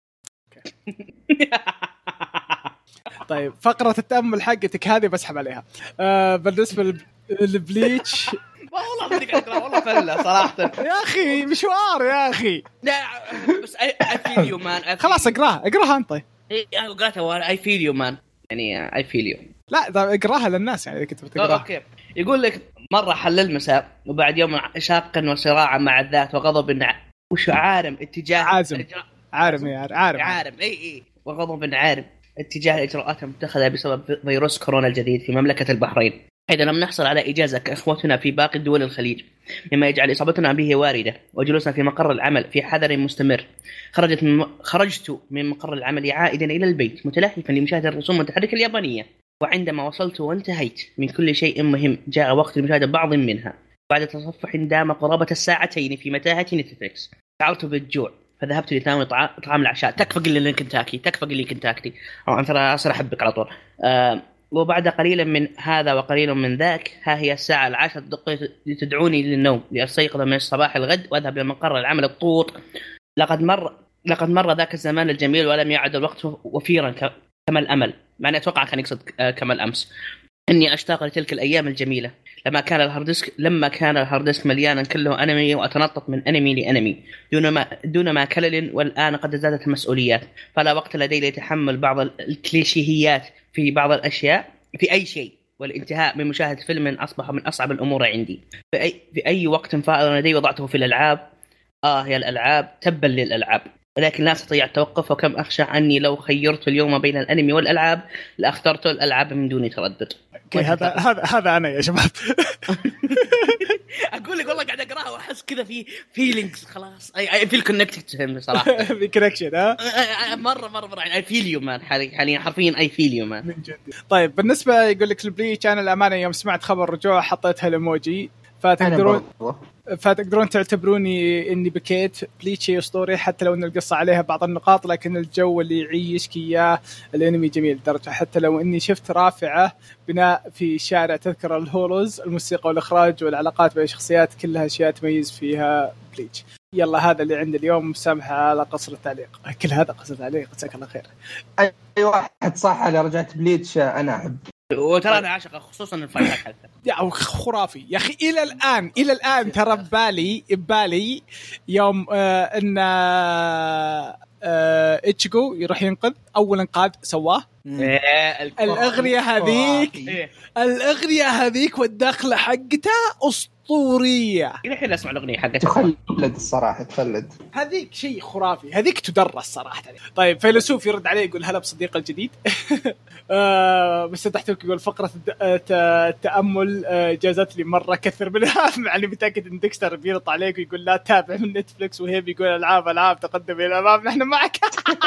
طيب فقره التامل حقتك هذه بسحب عليها. آه بالنسبه للبليتش والله ما ادري اقرا والله فله صراحه يا اخي مشوار يا اخي. لا بس افيديو مان خلاص اقراها اقراها انت اي قالتها اي فيل يو مان، يعني اي فيل يو. لا اقراها للناس يعني كنت بتقراها. اوكي. يقول لك مره حل المساء وبعد يوم شاق وصراع مع الذات وغضب وش عارم اتجاه عازم عارم يا عارم عارم اي اي وغضب عارم اتجاه الاجراءات المتخذه بسبب فيروس كورونا الجديد في مملكه البحرين، حيث لم نحصل على اجازه كاخوتنا في باقي دول الخليج، مما يجعل اصابتنا به وارده وجلوسنا في مقر العمل في حذر مستمر. خرجت من خرجت من مقر العمل عائدا الى البيت متلهفا لمشاهده الرسوم المتحركه اليابانيه، وعندما وصلت وانتهيت من كل شيء مهم جاء وقت لمشاهده بعض منها. بعد تصفح دام قرابه الساعتين في متاهه نتفليكس شعرت بالجوع فذهبت لتناول طعام العشاء. تكفى قل لي كنتاكي تكفى قل لي كنتاكي او انا ترى اصلا احبك على طول. آه وبعد قليل من هذا وقليل من ذاك ها هي الساعة العاشرة دقيقة تدعوني للنوم لأستيقظ من الصباح الغد وأذهب لمقر العمل الطوط. لقد مر لقد مر ذاك الزمان الجميل ولم يعد الوقت وفيرا كما الأمل، معنى أتوقع كان يقصد كما الأمس. إني أشتاق لتلك الأيام الجميلة لما كان الهاردسك لما كان الهاردسك مليانا كله أنمي وأتنطط من أنمي لأنمي دون ما دون ما كلل. والآن قد زادت المسؤوليات فلا وقت لدي ليتحمل بعض الكليشيهيات في بعض الأشياء في أي شيء، والانتهاء من مشاهدة فيلم أصبح من أصعب الأمور عندي. في أي, في أي وقت فائض لدي وضعته في الألعاب. آه يا الألعاب تبا للألعاب، ولكن لا أستطيع التوقف، وكم أخشى أني لو خيرت اليوم بين الأنمي والألعاب لأخترت الألعاب من دون تردد. هذا هذا هذا أنا يا شباب. أقول لك والله قاعد أقرأها وأحس كذا في فيلينجز خلاص أي في الكونكتد صراحة. في كونكشن ها مرة مرة مرة أي فيل يو مان حاليا حرفيا أي فيل يو مان. طيب بالنسبة يقول لك البليتش أنا الأمانة يوم سمعت خبر رجوع حطيتها الإيموجي، فتقدرون فتقدرون تعتبروني اني بكيت. بليتش اسطوري حتى لو ان القصه عليها بعض النقاط، لكن الجو اللي يعيشك اياه الانمي جميل درجه. حتى لو اني شفت رافعه بناء في شارع تذكر الهولوز، الموسيقى والاخراج والعلاقات بين الشخصيات كلها اشياء تميز فيها بليتش. يلا هذا اللي عندي اليوم، مسامحه على قصر التعليق. كل هذا قصر تعليق، جزاك الله خير. اي واحد صح على رجعت بليتش انا احب، وترى انا عاشق خصوصا الفايتات حتى يا خرافي يا اخي. الى الان الى الان ترى ببالي ببالي يوم آه ان آه اتشيجو يروح ينقذ اول انقاذ سواه. الاغنيه هذيك الاغنيه هذيك والدخله حقتها اسطوريه. الى الحين اسمع الاغنيه حقتها تخلد الصراحه تخلد هذيك شيء خرافي، هذيك تدرس صراحه. طيب فيلسوف يرد عليه يقول هلا بصديق الجديد. آه بس تحتك يقول فقره التامل جازت لي مره كثر منها، مع اني متاكد ان ديكستر بيرط عليك ويقول لا تتابع من نتفلكس، وهي بيقول العاب العاب تقدم الى الامام نحن معك.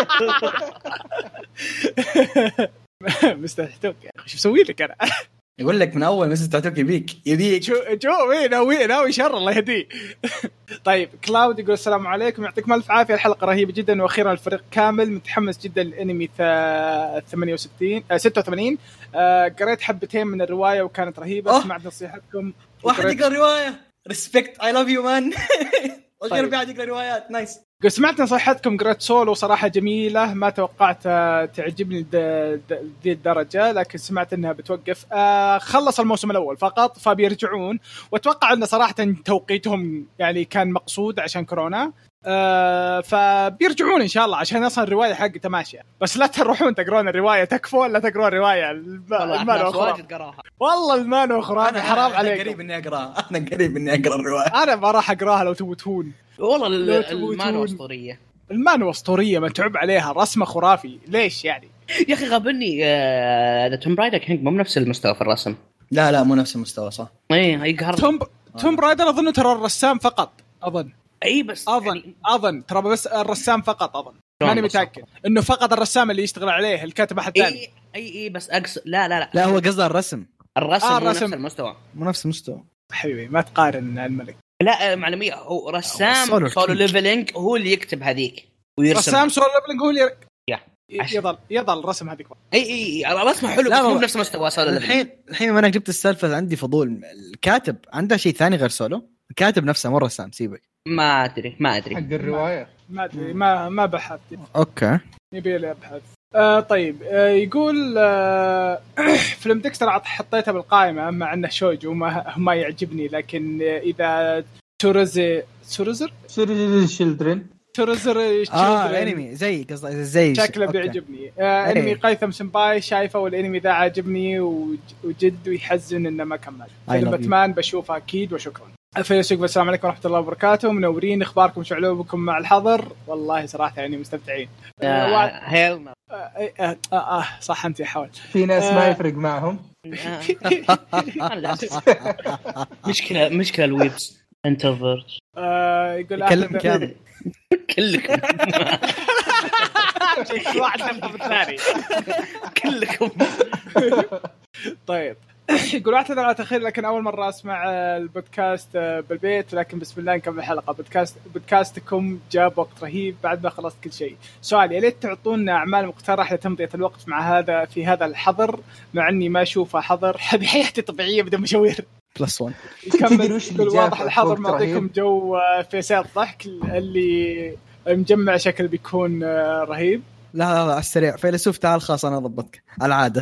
مستحتوك يا اخي، شو مسوي لك انا؟ يقول لك من اول مسج تعتوك يبيك يبيك شو جو وين ناوي ناوي شر الله يهديه. طيب كلاود يقول السلام عليكم، يعطيكم الف عافيه، الحلقه رهيبه جدا واخيرا الفريق كامل، متحمس جدا للانمي ثمانية وستين ستة وثمانين. قريت حبتين من الروايه وكانت رهيبه. سمعت نصيحتكم. واحد يقرا روايه ريسبكت اي لاف يو مان. وغير بعد يقرا روايات نايس. قلت سمعت نصيحتكم، قرأت سولو صراحة جميلة، ما توقعت تعجبني ذي الدرجة، لكن سمعت أنها بتوقف. خلص الموسم الأول فقط فبيرجعون، واتوقع أن صراحة توقيتهم يعني كان مقصود عشان كورونا، فبيرجعون إن شاء الله عشان أصلا الرواية حقتها ماشية. بس لا تروحون تقرون الرواية، تكفون لا تقرون الرواية. المانو خرافي والله، المانو خرافي حرام عليكم. أنا قريب إني أقرأ أنا قريب إني أقرأ الرواية. أنا ما راح أقراها لو تبوتون. والله المانو أسطورية، المانو أسطورية متعب عليها، رسمه خرافي. ليش يعني يا أخي غابني ذا توم برايدر كينج مو نفس المستوى في الرسم. لا لا مو نفس المستوى صح. إيه يقهر. توم توم برايدر أظن ترى الرسام فقط أظن. أي بس أظن يعني... أظن ترى بس الرسام فقط أظن، ماني متأكد إنه فقط الرسام اللي يشتغل عليه، الكاتب أحد ثاني. أي أي أي بس أقص لا لا لا لا هو قصده الرسم الرسم آه مو نفس المستوى مو نفس المستوى حبيبي، ما تقارن الملك. لا معلومية هو رسام سولو ليفلينج هو اللي يكتب هذيك ويرسم. رسام سولو ليفلينج هو اللي يا يضل يضل رسم هذيك. اي اي رسمه حلو بس مو نفس مستوى سولو ليفلينج. الحين الحين ما انا جبت السالفه عندي فضول، الكاتب عنده شيء ثاني غير سولو؟ الكاتب نفسه مو رسام؟ سيبك ما ادري ما ادري حق الروايه ما ادري ما ما بحثت. اوكي يبي لي ابحث. آه طيب آه يقول آه فيلم ديكستر حطيتها بالقائمة مع انه شوجو وما ما يعجبني، لكن اذا تورزي تورزر سوري شيلدرن تورزر اه انمي زي قصدي زي شكله بيعجبني. آه انمي قيثم سمباي شايفه والانمي ذا عاجبني وجد ويحزن انه ما كمل. فيلم باتمان بشوفه اكيد وشكرا. فيسوق. السلام عليكم ورحمه الله وبركاته. منورين. اخباركم شعلوبكم مع الحظر؟ والله صراحه يعني مستمتعين. آه هيل آه آه, آه, آه صح انت حاول. في ناس آه ما يفرق معهم. مشكله مشكله الويبس انترفيرت. آه يقول كلم كامل كلكم واحد نفهم الثاني كلكم. طيب يقول اعتذر على تأخير لكن أول مرة أسمع البودكاست بالبيت لكن بسم الله نكمل الحلقة. بودكاست بودكاستكم جاب وقت رهيب بعد ما خلصت كل شيء. سؤال يا ليت تعطونا أعمال مقترحة لتمضية الوقت مع هذا في هذا الحظر مع إني ما أشوفه حظر بحياتي طبيعية بدون مشاوير. بلس ون يكمل واضح الحظر معطيكم جو فيسات ضحك اللي مجمع شكل بيكون رهيب. لا لا لا على السريع فيلسوف تعال خلاص أنا أضبطك على العادة.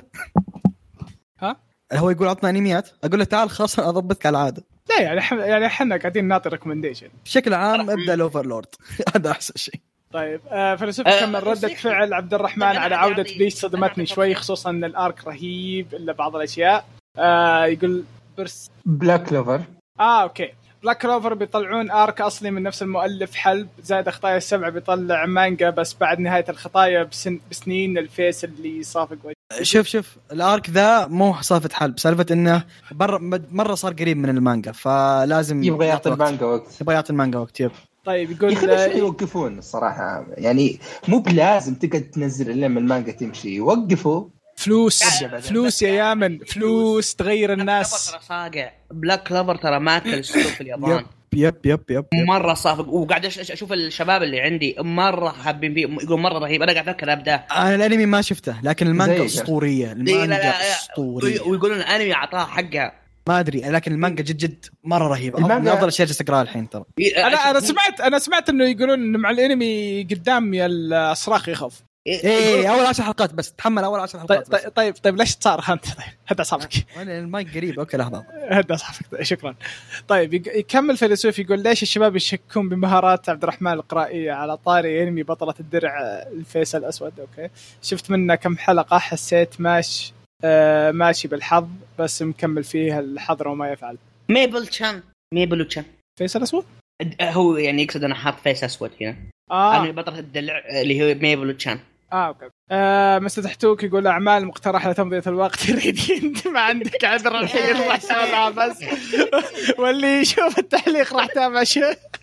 ها هو يقول عطنا انميات اقول له تعال خلاص اضبطك على العاده. لا يعني ح... يعني احنا قاعدين نعطي ريكومنديشن بشكل عام. ابدا الاوفرلورد هذا احسن شيء. طيب آه فلسفه آه كمل ردة فعل عبد الرحمن على عوده بليش صدمتني شوي خصوصا ان الارك رهيب الا بعض الاشياء. آه يقول برس بلاك كلوفر. اه اوكي بلاك كلوفر بيطلعون ارك اصلي من نفس المؤلف حلب زائد خطايا السبعه بيطلع مانجا بس بعد نهايه الخطايا بسن... بسنين الفيس اللي صافق وجه. شوف شوف الارك ذا مو صافة حلب سالفة انه بر مرة صار قريب من المانجا فلازم يبغى يعطي المانجا وقت. يبغى يعطي المانجا وقت يب. طيب يقول يوقفون الصراحة يعني مو بلازم تقعد تنزل إلا لما المانجا تمشي. يوقفوا فلوس فلوس يا يامن فلوس تغير الناس. ترى صاقع بلاك كلوفر ترى ماكل السوق في اليابان. يب يب يب مرة صافق وقاعد أشوف الشباب اللي عندي مرة حابين فيه يقول مرة رهيب. أنا قاعد أفكر أبدأ. أنا الأنمي ما شفته لكن المانجا أسطورية. المانجا أسطورية ويقولون الأنمي عطاها حقها ما أدري لكن المانجا جد جد مرة رهيبة. من أفضل الأشياء اللي أقرأها الحين ترى. أنا أنا سمعت أنا سمعت إنه يقولون إنه مع الأنمي قدام يا الصراخ يخف. إيه أول عشر حلقات بس تحمل أول عشر حلقات. طيب طيب طيب ليش تصارخ أنت؟ هدأ صافك. أنا المايك قريب أوكي لحظة. هدأ صافك شكرا. طيب يكمل فيلسوف يقول ليش الشباب يشكون بمهارات عبد الرحمن القرائية على طاري أنمي بطلة الدرع الفيس الأسود. أوكي شفت منه كم حلقة حسيت ماشي آه ماشي بالحظ بس مكمل فيه الحظر وما يفعل. ميبل تشان ميبل تشان فيس الأسود هو يعني يقصد أنا حاط فيس أسود هنا. آه. أنا بطلة الدلع اللي هو ميبل تشان. اه اوكي آه مستحتوك يقول اعمال مقترحه لتمضيه الوقت يريدين ما عندك عذر الحين راح تسولها بس واللي يشوف التعليق راح تابع شو.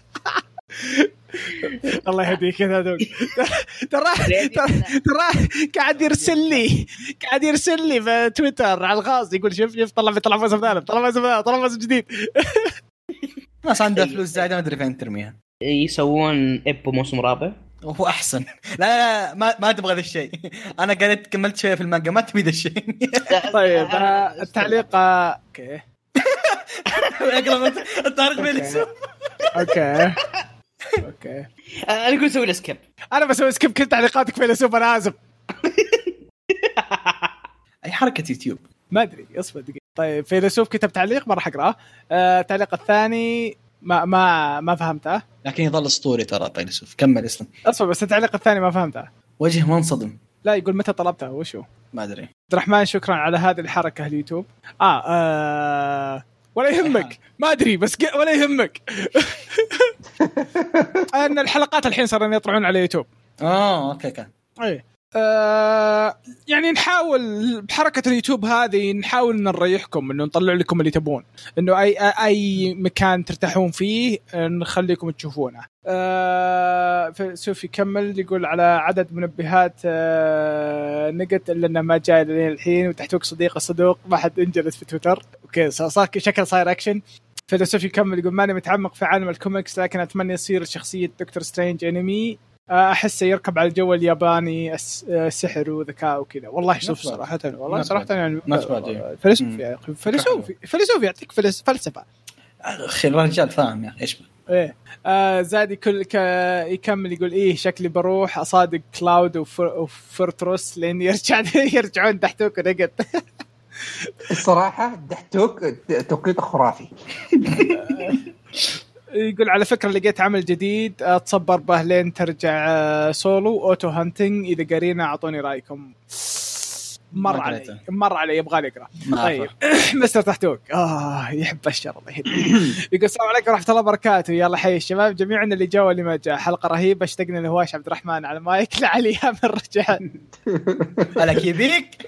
الله يهديك يا دوق. ترى ترى قاعد يرسل لي قاعد يرسل لي في تويتر على الخاص يقول شوف شوف طلع طلع موسم ثالث طلع موسم ثالث طلع موسم جديد. ناس عندها فلوس زايده ما ادري فين ترميها. يسوون ابو موسم رابع وهو احسن. لا لا ما ما تبغى ذا الشيء. انا قريت كملت شويه في المانجا ما تبي ذا الشيء. طيب التعليق اوكي اقرا الطارق فيلسوف. اوكي اوكي انا اقول سوي سكيب. انا بسوي سكيب كل تعليقاتك فيلسوف انا اسف. اي حركه يوتيوب ما ادري اصبر دقيقه. طيب فيلسوف كتب تعليق ما راح اقراه. آه التعليق الثاني ما ما ما فهمته لكن يظل اسطوري ترى فيلسوف. كمل اسلم. اصبر بس التعليق الثاني ما فهمته. وجه منصدم. لا يقول متى طلبته وشو ما ادري. عبد الرحمن شكرا على هذه الحركه اليوتيوب. آه, آه ولا يهمك ما ادري بس ولا يهمك. ان الحلقات الحين صاروا يطلعون على يوتيوب. اه اوكي كان اي آه يعني نحاول بحركة اليوتيوب هذه نحاول نريحكم انه نطلع لكم اللي تبون انه اي اي مكان ترتاحون فيه نخليكم تشوفونه. آه سوف يكمل يقول على عدد منبهات آه نقت الا انه ما جاي لين الحين وتحتوك صديق الصدوق ما حد انجلس في تويتر. اوكي صار شكل صاير اكشن. فيلسوف يكمل يقول ماني متعمق في عالم الكوميكس لكن اتمنى يصير شخصية دكتور سترينج انمي احسه يركب على الجو الياباني السحر وذكاء وكذا. والله شوف صراحه والله صراحه يعني فلسوف يا اخي فلسوف فلسوف يعطيك فلسفه اخي الرجال فاهم يا اخي ايش ايه. آه زادي كل ك... يكمل يقول ايه شكلي بروح اصادق كلاود وفر... وفرتروس لين يرجع يرجعون دحتوك ونقط. الصراحه دحتوك توقيت خرافي. يقول على فكرة لقيت عمل جديد تصبر به لين ترجع سولو أوتو هانتنج، إذا قرينا أعطوني رأيكم. مر علي مر علي يبغى لي اقرا. طيب مستر تحتوك اه يحب الشر الله يهديه. يقول السلام عليكم ورحمه الله وبركاته. يلا حي الشباب جميعا اللي جاوا اللي ما جاء، حلقه رهيبه اشتقنا لهواش عبد الرحمن على مايك لعلي من رجع لك يبيك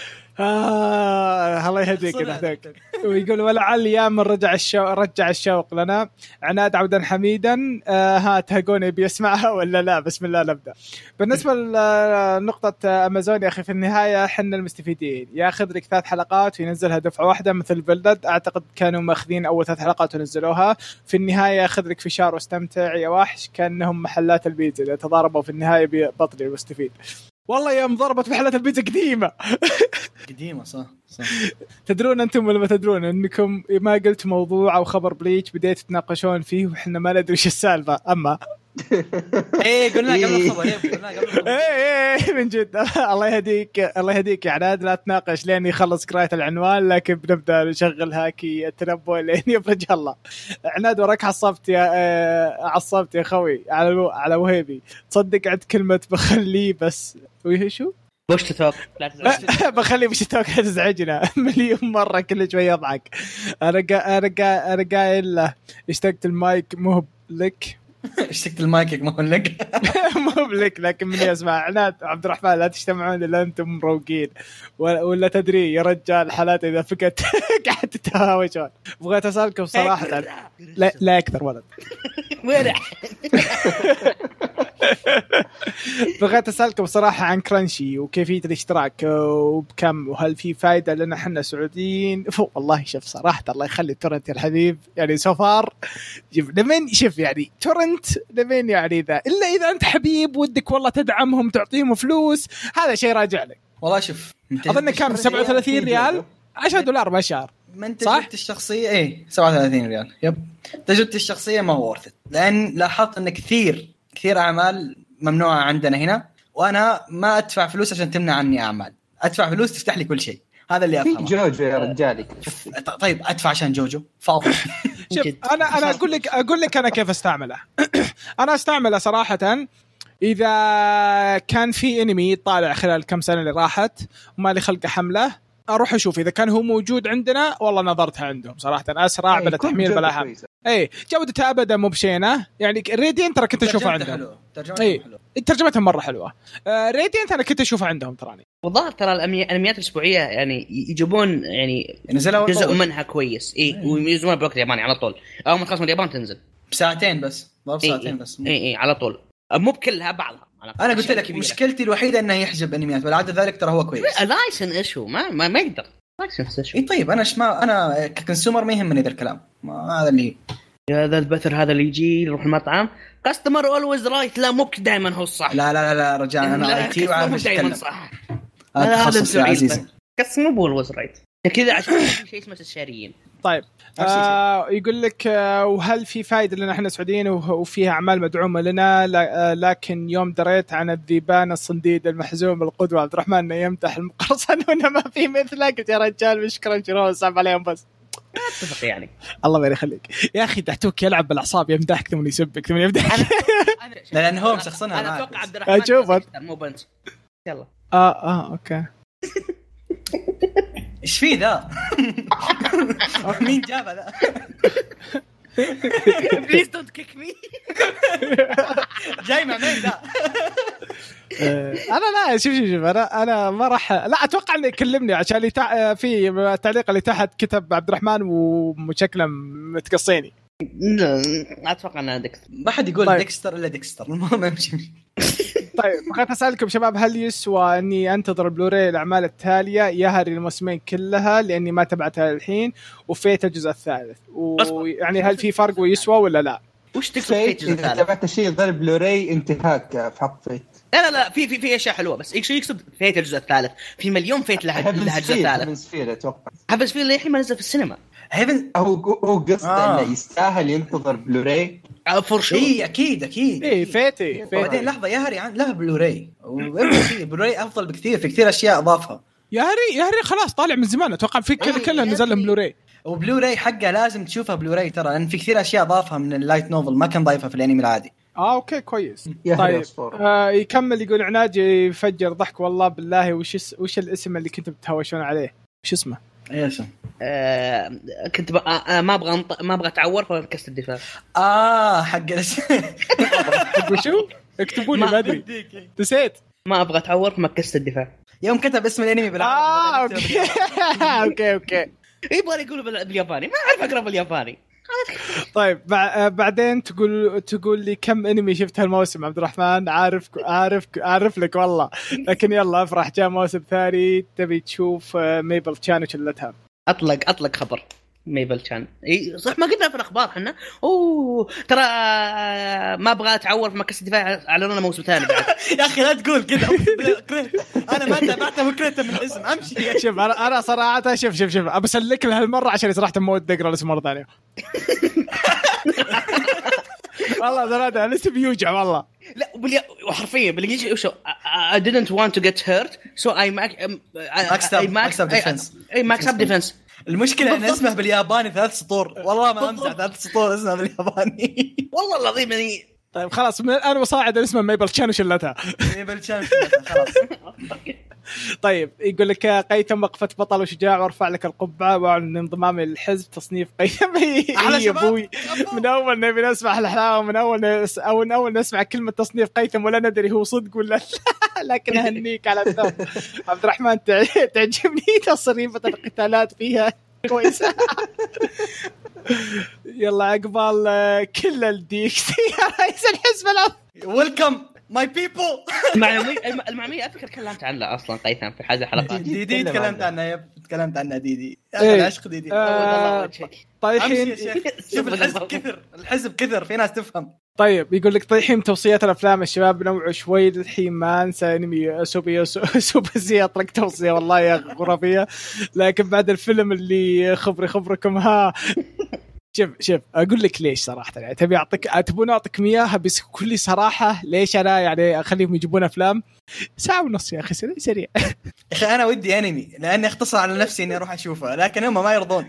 آه الله يهديك تحتوك. ويقول ولعل يا من رجع الشوق رجع الشوق لنا عناد عودا حميدا. آه ها تهقوني بيسمعها ولا لا؟ بسم الله نبدأ. بالنسبة لنقطة أمازون يا أخي في النهاية حنا المستفيدين، ياخذ لك ثلاث حلقات وينزلها دفعة واحدة مثل بلدد، أعتقد كانوا ماخذين أول ثلاث حلقات ونزلوها في النهاية، ياخذ لك فشار واستمتع يا وحش كأنهم محلات البيتزا إذا تضاربوا في النهاية بطل المستفيد. والله يا مضربة محلات البيتزا قديمة قديمة صح صح. تدرون أنتم ولا ما تدرون أنكم ما قلت موضوع أو خبر بليتش بديت تتناقشون فيه وإحنا ما ندري وش السالفة. أما إيه قلنا قبل الخبر قلنا قبل إيه إيه من جد. الله يهديك الله يهديك يا عناد، لا تناقش لين يخلص قراءة العنوان، لكن بنبدأ نشغل هاكي التنبؤ لين يفرج الله. عناد وراك عصبت يا عصبت يا خوي على على وهيبي. تصدق عند كلمة بخليه بس ويه شو وش تتوقع؟ بخلي وش تتوقع تزعجنا مليون مرة كل شوي يضحك. أنا قا أنا قا أنا قايل له اشتقت المايك مو لك اشتقت المايك مو لك مو لك لكن من يسمع عناد عبد الرحمن لا تجتمعون إلا أنتم مروقين ولا تدري يا رجال حالات إذا فقت قاعد تتهاوشون. بغيت أسألكم صراحة لا لا أكثر ولد وين بغيت أسألكم صراحة عن كرانشي وكيفية الاشتراك وبكم وهل في فايدة لنا حنا سعوديين. والله شوف صراحة الله يخلي تورنت يا الحبيب يعني سوفار لمن شوف يعني تورنت لمن يعني ذا إلا إذا أنت حبيب ودك والله تدعمهم تعطيهم فلوس هذا شيء راجع لك. والله شوف أظن كان سبعة وثلاثين ريال عشرة دولار بالشهر من تجربتي الشخصية إيه سبعة وثلاثين ريال. يب تجربتي الشخصية ما هو ورثت، لأن لاحظت أن كثير كثير أعمال ممنوعة عندنا هنا، وأنا ما أدفع فلوس عشان تمنع عني أعمال، أدفع فلوس تفتح لي كل شيء. هذا اللي أفهمه. جوجو يا رجالي. طيب أدفع عشان جوجو فاضي. شوف أنا أنا أقول لك أقول لك أنا كيف استعمله. أنا استعمله صراحة إذا كان في انمي طالع خلال كم سنة اللي راحت وما لي خلق حمله أروح أشوف إذا كان هو موجود عندنا. والله نظرتها عندهم صراحة أسرع بلا تحميل بلا هم. أي جودتها أبدا مو بشينة يعني. راديانت ترى كنت أشوفها عندهم. أي ترجمتها مرة حلوة. راديانت أنا كنت أشوفها عندهم تراني. والظاهر ترى الأنميات الأسبوعية يعني يجيبون يعني جزء منها كويس. إيه وينزلون بوقت الياباني على طول. أول ما تخلص من اليابان تنزل بساعتين بس ضرب ساعتين بس. إيه إيه على طول مو بكلها بعضها. أنا قلت لك مشكلتي الوحيدة إنه يحجب أنميات، والعادة ذلك ترى هو كويس. لايسن إيشو ما ما ما يقدر لايسن إيشو. إيه طيب أنا شما أنا ككونسومر ما يهمني ذا الكلام، ما هذا اللي هذا البثر هذا اللي يجي يروح المطعم كاستمر أولويز رايت. لا مو دائما هو الصح. لا لا لا لا رجال أنا آي تي وعارف دائما صح. هذا تخصص يا عزيزي. كاستمر أولويز رايت كذا عشان شيء اسمه استشاريين. طيب آه يقول لك آه وهل في فائدة لنا احنا سعوديين وفيها أعمال مدعومة لنا؟ لكن يوم دريت عن الذيبان الصنديد المحزوم القدوة عبد الرحمن انه يمدح المقرصن وانه ما في مثله، قلت يا رجال مشكرا شنو صعب عليهم بس اتفق يعني. الله ما يخليك يا اخي تحتوك يلعب بالاعصاب يمدحك ثم يسبك ثم يمدحك. لان هم شخصنا انا اتوقع عبد الرحمن اشوفك مو بنت. يلا اه اه اوكي ايش في ذا؟ مين جاب ذا؟ بليز دونت كيك مي. جاي مع مين ذا؟ انا لا شوف شوف شوف انا انا ما راح لا اتوقع انه يكلمني عشان اللي تع... في التعليق اللي تحت كتب عبد الرحمن وشكله متقصيني. لا اتوقع انه ديكستر. ما حد يقول طيب. ديكستر الا ديكستر المهم امشي. طيب بغيت اسالكم شباب هل يسوى اني انتظر بلوراي الاعمال التاليه يهري الموسمين كلها لاني ما تبعتها الحين وفيت الجزء الثالث ويعني هل في فرق ويسوى ولا لا؟ وش تقصد فيت الجزء الثالث؟ تبعت شيء غير بلوراي انتهاك في حق فيت. لا لا لا في في في اشياء حلوه بس ايش يقصد فيت الجزء الثالث؟ في مليون فيت لها لها الجزء الثالث. هافنز فيل اتوقع هافنز فيل الحين ما نزل في السينما. هيفن هو هو قصده آه. انه يستاهل ينتظر بلوراي فور شور. اي اكيد اكيد اي فيتي بعدين لحظه يهري عن لها بلوراي بلوراي افضل بكثير في كثير اشياء اضافها. يهري يهري خلاص طالع من زمان اتوقع في كل كله نزل لهم بلوراي. وبلوراي حقه لازم تشوفها بلوراي ترى، لان في كثير اشياء ضافها من اللايت نوفل ما كان ضايفها في الانمي العادي. اه اوكي كويس. يا طيب أسطورة. آه يكمل يقول عناج يفجر ضحك والله بالله. وش اس- وش الاسم اللي كنتوا بتهاوشون عليه؟ وش اسمه؟ اي اسم؟ آه كنت بق... آه ما ابغى أنط... ما ابغى اتعور فكست الدفاع. اه حق الاسم. وشو اكتبوا لي ما- ما ادري نسيت. ما ابغى اتعور فمكست الدفاع. يوم كتب اسم الانمي اه بالعربي. اوكي اوكي اوكي. يبغى يقولوا بال- بالياباني ما اعرف اقرا بالياباني. طيب بع- آه، بعدين تقول تقول لي كم انمي شفت هالموسم عبد الرحمن؟ عارف عارف عارف لك والله، لكن يلا افرح جاء موسم ثاني. تبي تشوف آه، ميبل تشان وشلتها؟ اطلق اطلق خبر ميبل كان اي صح ما قلنا في الاخبار احنا. اوه ترى آه، ما ابغى اتعور في مكس الدفاع على لنا موسم ثاني بعد. يا اخي لا تقول كذا. انا ما تابعته فكرته من الاسم. امشي. شوف انا انا صراحه شوف شوف شوف ابى اسلك لها المره عشان صراحه مود اقرا الاسم مره ثانيه. والله زرادة الاسم يوجع والله. لا بالي... وحرفيا بالانجليزي وشو I didn't want to get hurt so I max Max up- max up defense. اي ماكس اب ديفنس. المشكله ان اسمه بالياباني ثلاث سطور. والله ما امزح ثلاث سطور اسمه بالياباني. والله العظيم يعني. طيب خلاص من الان وصاعد اسمه ميبل تشان وشلتها. ميبل تشان خلاص. طيب يقول لك قيثم وقفة بطل وشجاع وارفع لك القبعة واعلن انضمامي للحزب تصنيف قيثم. أحلى يا شباب. ابوي من اول نبي نسمع الحلاوة من اول نس... او من اول نسمع كلمة تصنيف قيثم ولا ندري هو صدق ولا لا. لكن اهنيك على الثوب عبد الرحمن. تع... تعجبني تصريفة القتالات فيها كويسة. يلا عقبال كل الديك يا رئيس الحزب الأول. ويلكم ماي بيبل. المعلومية المعلومية أذكر تكلمت عنها أصلا قيثم في حاجة حلقات. دي دي تكلمت عنها يا تكلمت عنها دي دي إيه. العشق دي دي. آه، طيحين. أمشي يا شيخ. شوف الحزب كثر الحزب كثر في ناس تفهم. طيب يقول لك طيحين توصيات الافلام الشباب نوعوا شوي الحين ما انسى انمي سوبيا سوبسي اطلق توصيه والله يا خرافيه. لكن بعد الفيلم اللي خبري خبركم ها. شوف شوف اقول لك ليش صراحه يعني تبي اعطيك تبون اعطيك اياها بس بكل صراحه ليش انا يعني اخليهم يجيبون افلام ساعه ونص يا اخي سريع سريع. يا اخي انا ودي انمي لاني اختصر على نفسي اني اروح اشوفه لكن هم ما يرضون.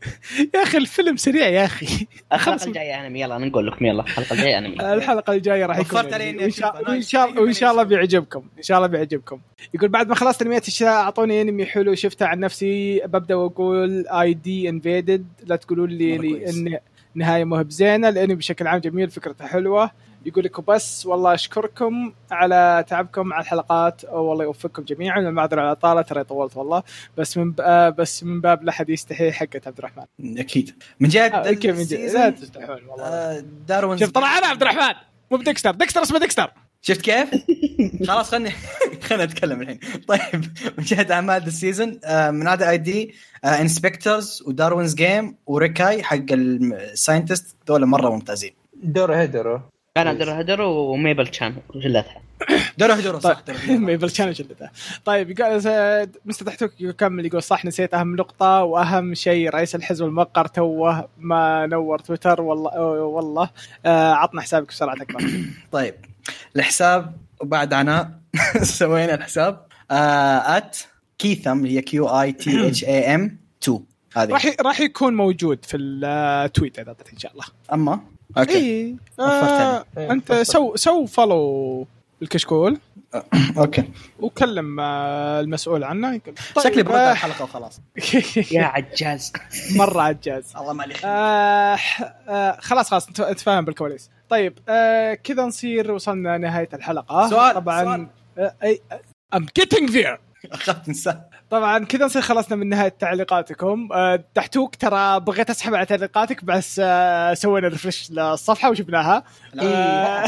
يا اخي الفيلم سريع يا اخي. الحلقة الجاية أنمي يلا نقول لكم يلا الحلقة الجاية أنمي. الحلقه الجايه راح يكون وفرت علي إني وإن شاء- أشوفه. وإن شاء وإن شاء الله بيعجبكم إن شاء الله بيعجبكم. يقول بعد ما خلصت انميات الشتاء اعطوني انمي حلو شفته عن نفسي ببدا واقول اي دي انفيدد. لا تقولوا لي مرة كويس. ان نهايه مو بزينه الانمي بشكل عام جميل فكرته حلوه. يقول لك وبس والله اشكركم على تعبكم على الحلقات والله يوفقكم جميعا. المعذره على طالة ترى طولت والله بس من ب... بس من باب لا حد يستحي حقه عبد الرحمن. اكيد من جد آه أوكي من جد. لا تستحون والله. آه، داروين شوف طلع انا عبد الرحمن مو بديكستر. ديكستر اسمه ديكستر. شفت كيف؟ خلاص خلني خلنا نتكلم الحين. طيب من جهة أعمال ذا سيزون من عدا اي دي انسبكترز وداروينز جيم وريكاي حق الساينتست دول مرة ممتازين. دور هيدرو أنا در هدر وميبل كان جلتها. دورو هدورو صح. ما يبل شانل جلده. طيب يقول مستحتوك يكمل يقول صح نسيت اهم نقطه واهم شيء رئيس الحزب الموقر توه ما نور تويتر والله والله آه عطنا حسابك بسرعه اكبر. طيب الحساب وبعد عناء سوينا الحساب ات كيثم هي كيو اي تي اتش اي ام تو هذه راح راح يكون موجود في التويت اذا ان شاء الله. اما اوكي اي آه انت سو سو فولو الكشكول اوكي وكلم آه المسؤول عنه. طيب شكلي برد آه الحلقه وخلاص. يا عجاز مره عجاز. الله ما لي خير. آه آه خلاص خلاص نتفاهم بالكواليس. طيب آه كذا نصير وصلنا نهاية الحلقة. سؤال طبعا سؤال. آه أي I'm getting there. اخذت انسان. طبعا كذا نصير خلصنا من نهاية تعليقاتكم. آه تحتوك ترى بغيت اسحب على تعليقاتك بس آه سوينا ريفرش للصفحة وشفناها. آه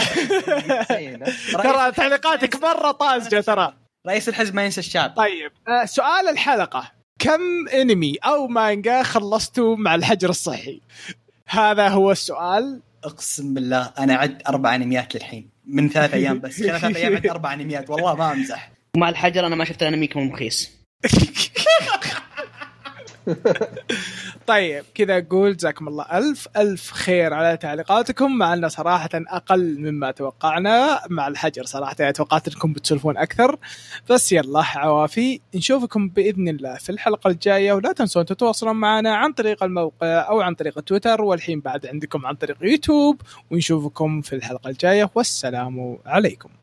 ترى تعليقاتك مرة طازجة ترى. رئيس الحزب ما ينسى الشعب. طيب آه سؤال الحلقة كم انمي او مانجا خلصتوا مع الحجر الصحي؟ هذا هو السؤال. اقسم بالله انا عد اربع انميات للحين من ثلاث ايام بس. كنا ثلاث ايام عد اربع انميات والله ما امزح. مع الحجر أنا ما شفت أنميكم مخيس. طيب كذا أقول جزاكم الله ألف ألف خير على تعليقاتكم، مع أنه صراحة أقل مما توقعنا مع الحجر صراحة، يعني توقعت أنكم بتسولفون أكثر، بس يلا عوافي. نشوفكم بإذن الله في الحلقة الجاية، ولا تنسون تتواصلون معنا عن طريق الموقع أو عن طريق تويتر، والحين بعد عندكم عن طريق يوتيوب، ونشوفكم في الحلقة الجاية، والسلام عليكم.